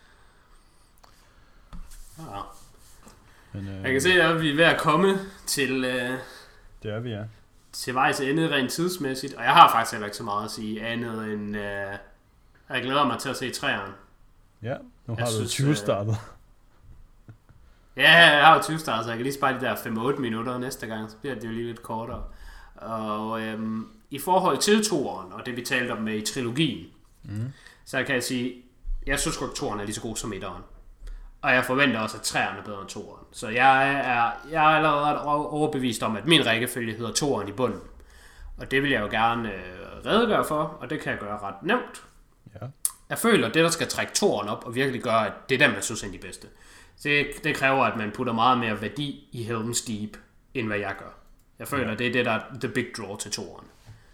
Ja. Men, jeg kan se, at vi er ved at komme til... det er vi, ja. Til vejs ende rent tidsmæssigt. Og jeg har faktisk heller ikke så meget at sige andet end... jeg glæder mig til at se 3'eren. Ja, nu har du 20 startet. Ja, jeg har jo 20 startet, så jeg kan lige spare de der 5-8 minutter næste gang, så bliver det jo lige lidt kortere. Og i forhold til 2'eren, og det vi talte om med i trilogien, så kan jeg sige, jeg synes godt, 2'eren er lige så god som 1'eren. Og jeg forventer også, at 3'eren er bedre end 2'eren. Så jeg er allerede overbevist om, at min rækkefølge hedder 2'eren i bunden. Og det vil jeg jo gerne redegøre for, og det kan jeg gøre ret nemt. Ja. Jeg føler, at det, der skal trække 2'eren op, og virkelig gøre, at det er dem, jeg synes er de bedste. Det kræver, at man putter meget mere værdi i Helm's Deep, end hvad jeg gør. Jeg føler, det er det, der er the big draw til 2'eren.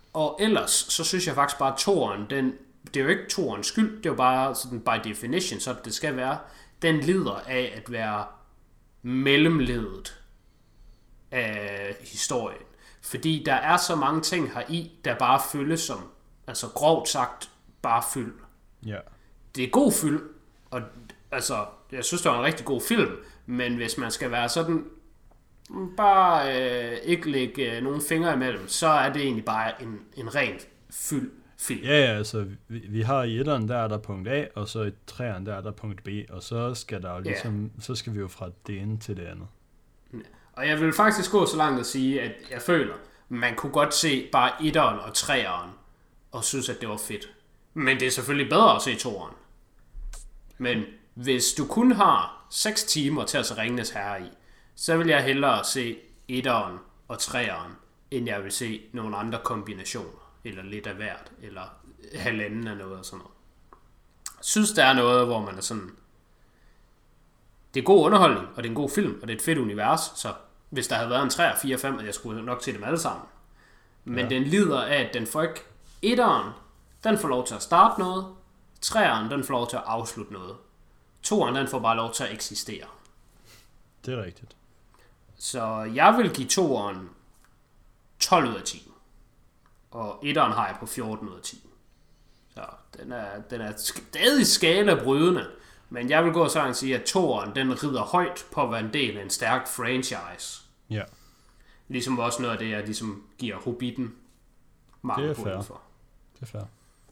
Og ellers, så synes jeg faktisk bare, at toeren, det er jo ikke toerens skyld, det er jo bare sådan by definition, så det skal være, den lider af at være mellemledet af historien. Fordi der er så mange ting heri, der bare føles som, altså grovt sagt, bare fyld. Ja. Det er god fyld, og altså, jeg synes, det var en rigtig god film, men hvis man skal være sådan, bare ikke lægge nogen fingre imellem, så er det egentlig bare en ren fyld film. Ja, altså, vi har i etteren, der er der punkt A, og så i treeren, der er der punkt B, og så skal der jo ligesom, så skal vi jo fra det ene til det andet. Og jeg vil faktisk gå så langt at sige, at jeg føler, man kunne godt se bare etteren og treeren, og synes, at det var fedt. Men det er selvfølgelig bedre at se toeren. Men hvis du kun har 6 timer til at se Ringenes Herre i, så vil jeg hellere se etteren og treeren, end jeg vil se nogle andre kombinationer, eller lidt af hvert, eller halvanden af noget og sådan noget. Jeg synes, der er noget, hvor man er sådan, det er god underholdning, og det er en god film, og det er et fedt univers, så hvis der havde været en 3, 4, 5, jeg skulle nok se dem alle sammen. Men den lider af, at den får ikke etteren, den får lov til at starte noget, treeren, den får lov til at afslutte noget. Toeren, den får bare lov til at eksistere. Det er rigtigt. Så jeg vil give toeren 12 ud af 10. Og etteren har jeg på 14 ud af 10. Så den er stadig skalabrydende. Men jeg vil gå så og sige, at toeren, den rider højt på at være en del af en stærk franchise. Ja. Ligesom også noget af det, jeg ligesom giver Hobbiten mange point for. Det er fair.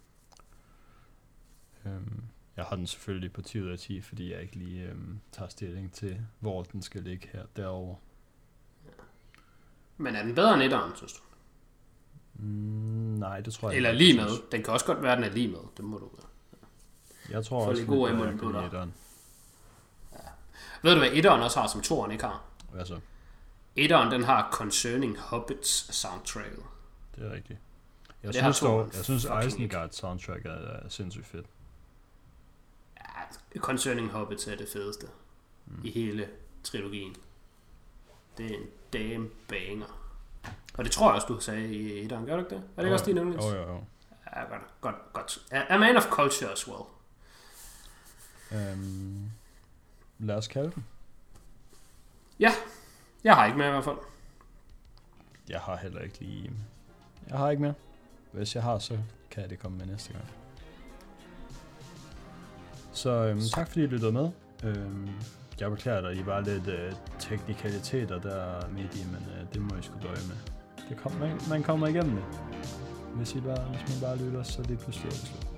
Jeg har den selvfølgelig på 10 ud af 10, fordi jeg ikke lige tager stilling til, hvor den skal ligge her derovre. Ja. Men er den bedre end etteren, synes du? Nej, det tror jeg eller ikke. Eller lige med. Den kan også godt være, den er lige med. Det må du gøre. Jeg tror også, det gode emne på etteren. Ja. Ved du, hvad etteren også har, som toeren ikke har? Hvad så? Etteren, den har Concerning Hobbits soundtrack. Det er rigtigt. Jeg synes Isengard soundtrack er sindssygt fedt. Ja, Concerning Hobbits er det fedeste i hele trilogien. Det er en damn banger. Og det tror jeg også, du sagde i etteren, gør du ikke det? Er det ikke også din yndlings? Jo. Ja, godt. A man of culture as well. Lad os kalde den. Ja, jeg har ikke mere i hvert fald. Jeg har heller ikke lige... Jeg har ikke mere. Hvis jeg har, så kan det komme med næste gang. Så tak fordi I lyttede med. Jeg beklager dig, I var lidt teknikaliteter der midt i, men det må I sgu døje med. Man kommer igennem det. Hvis man bare lytter, så er det pludselig.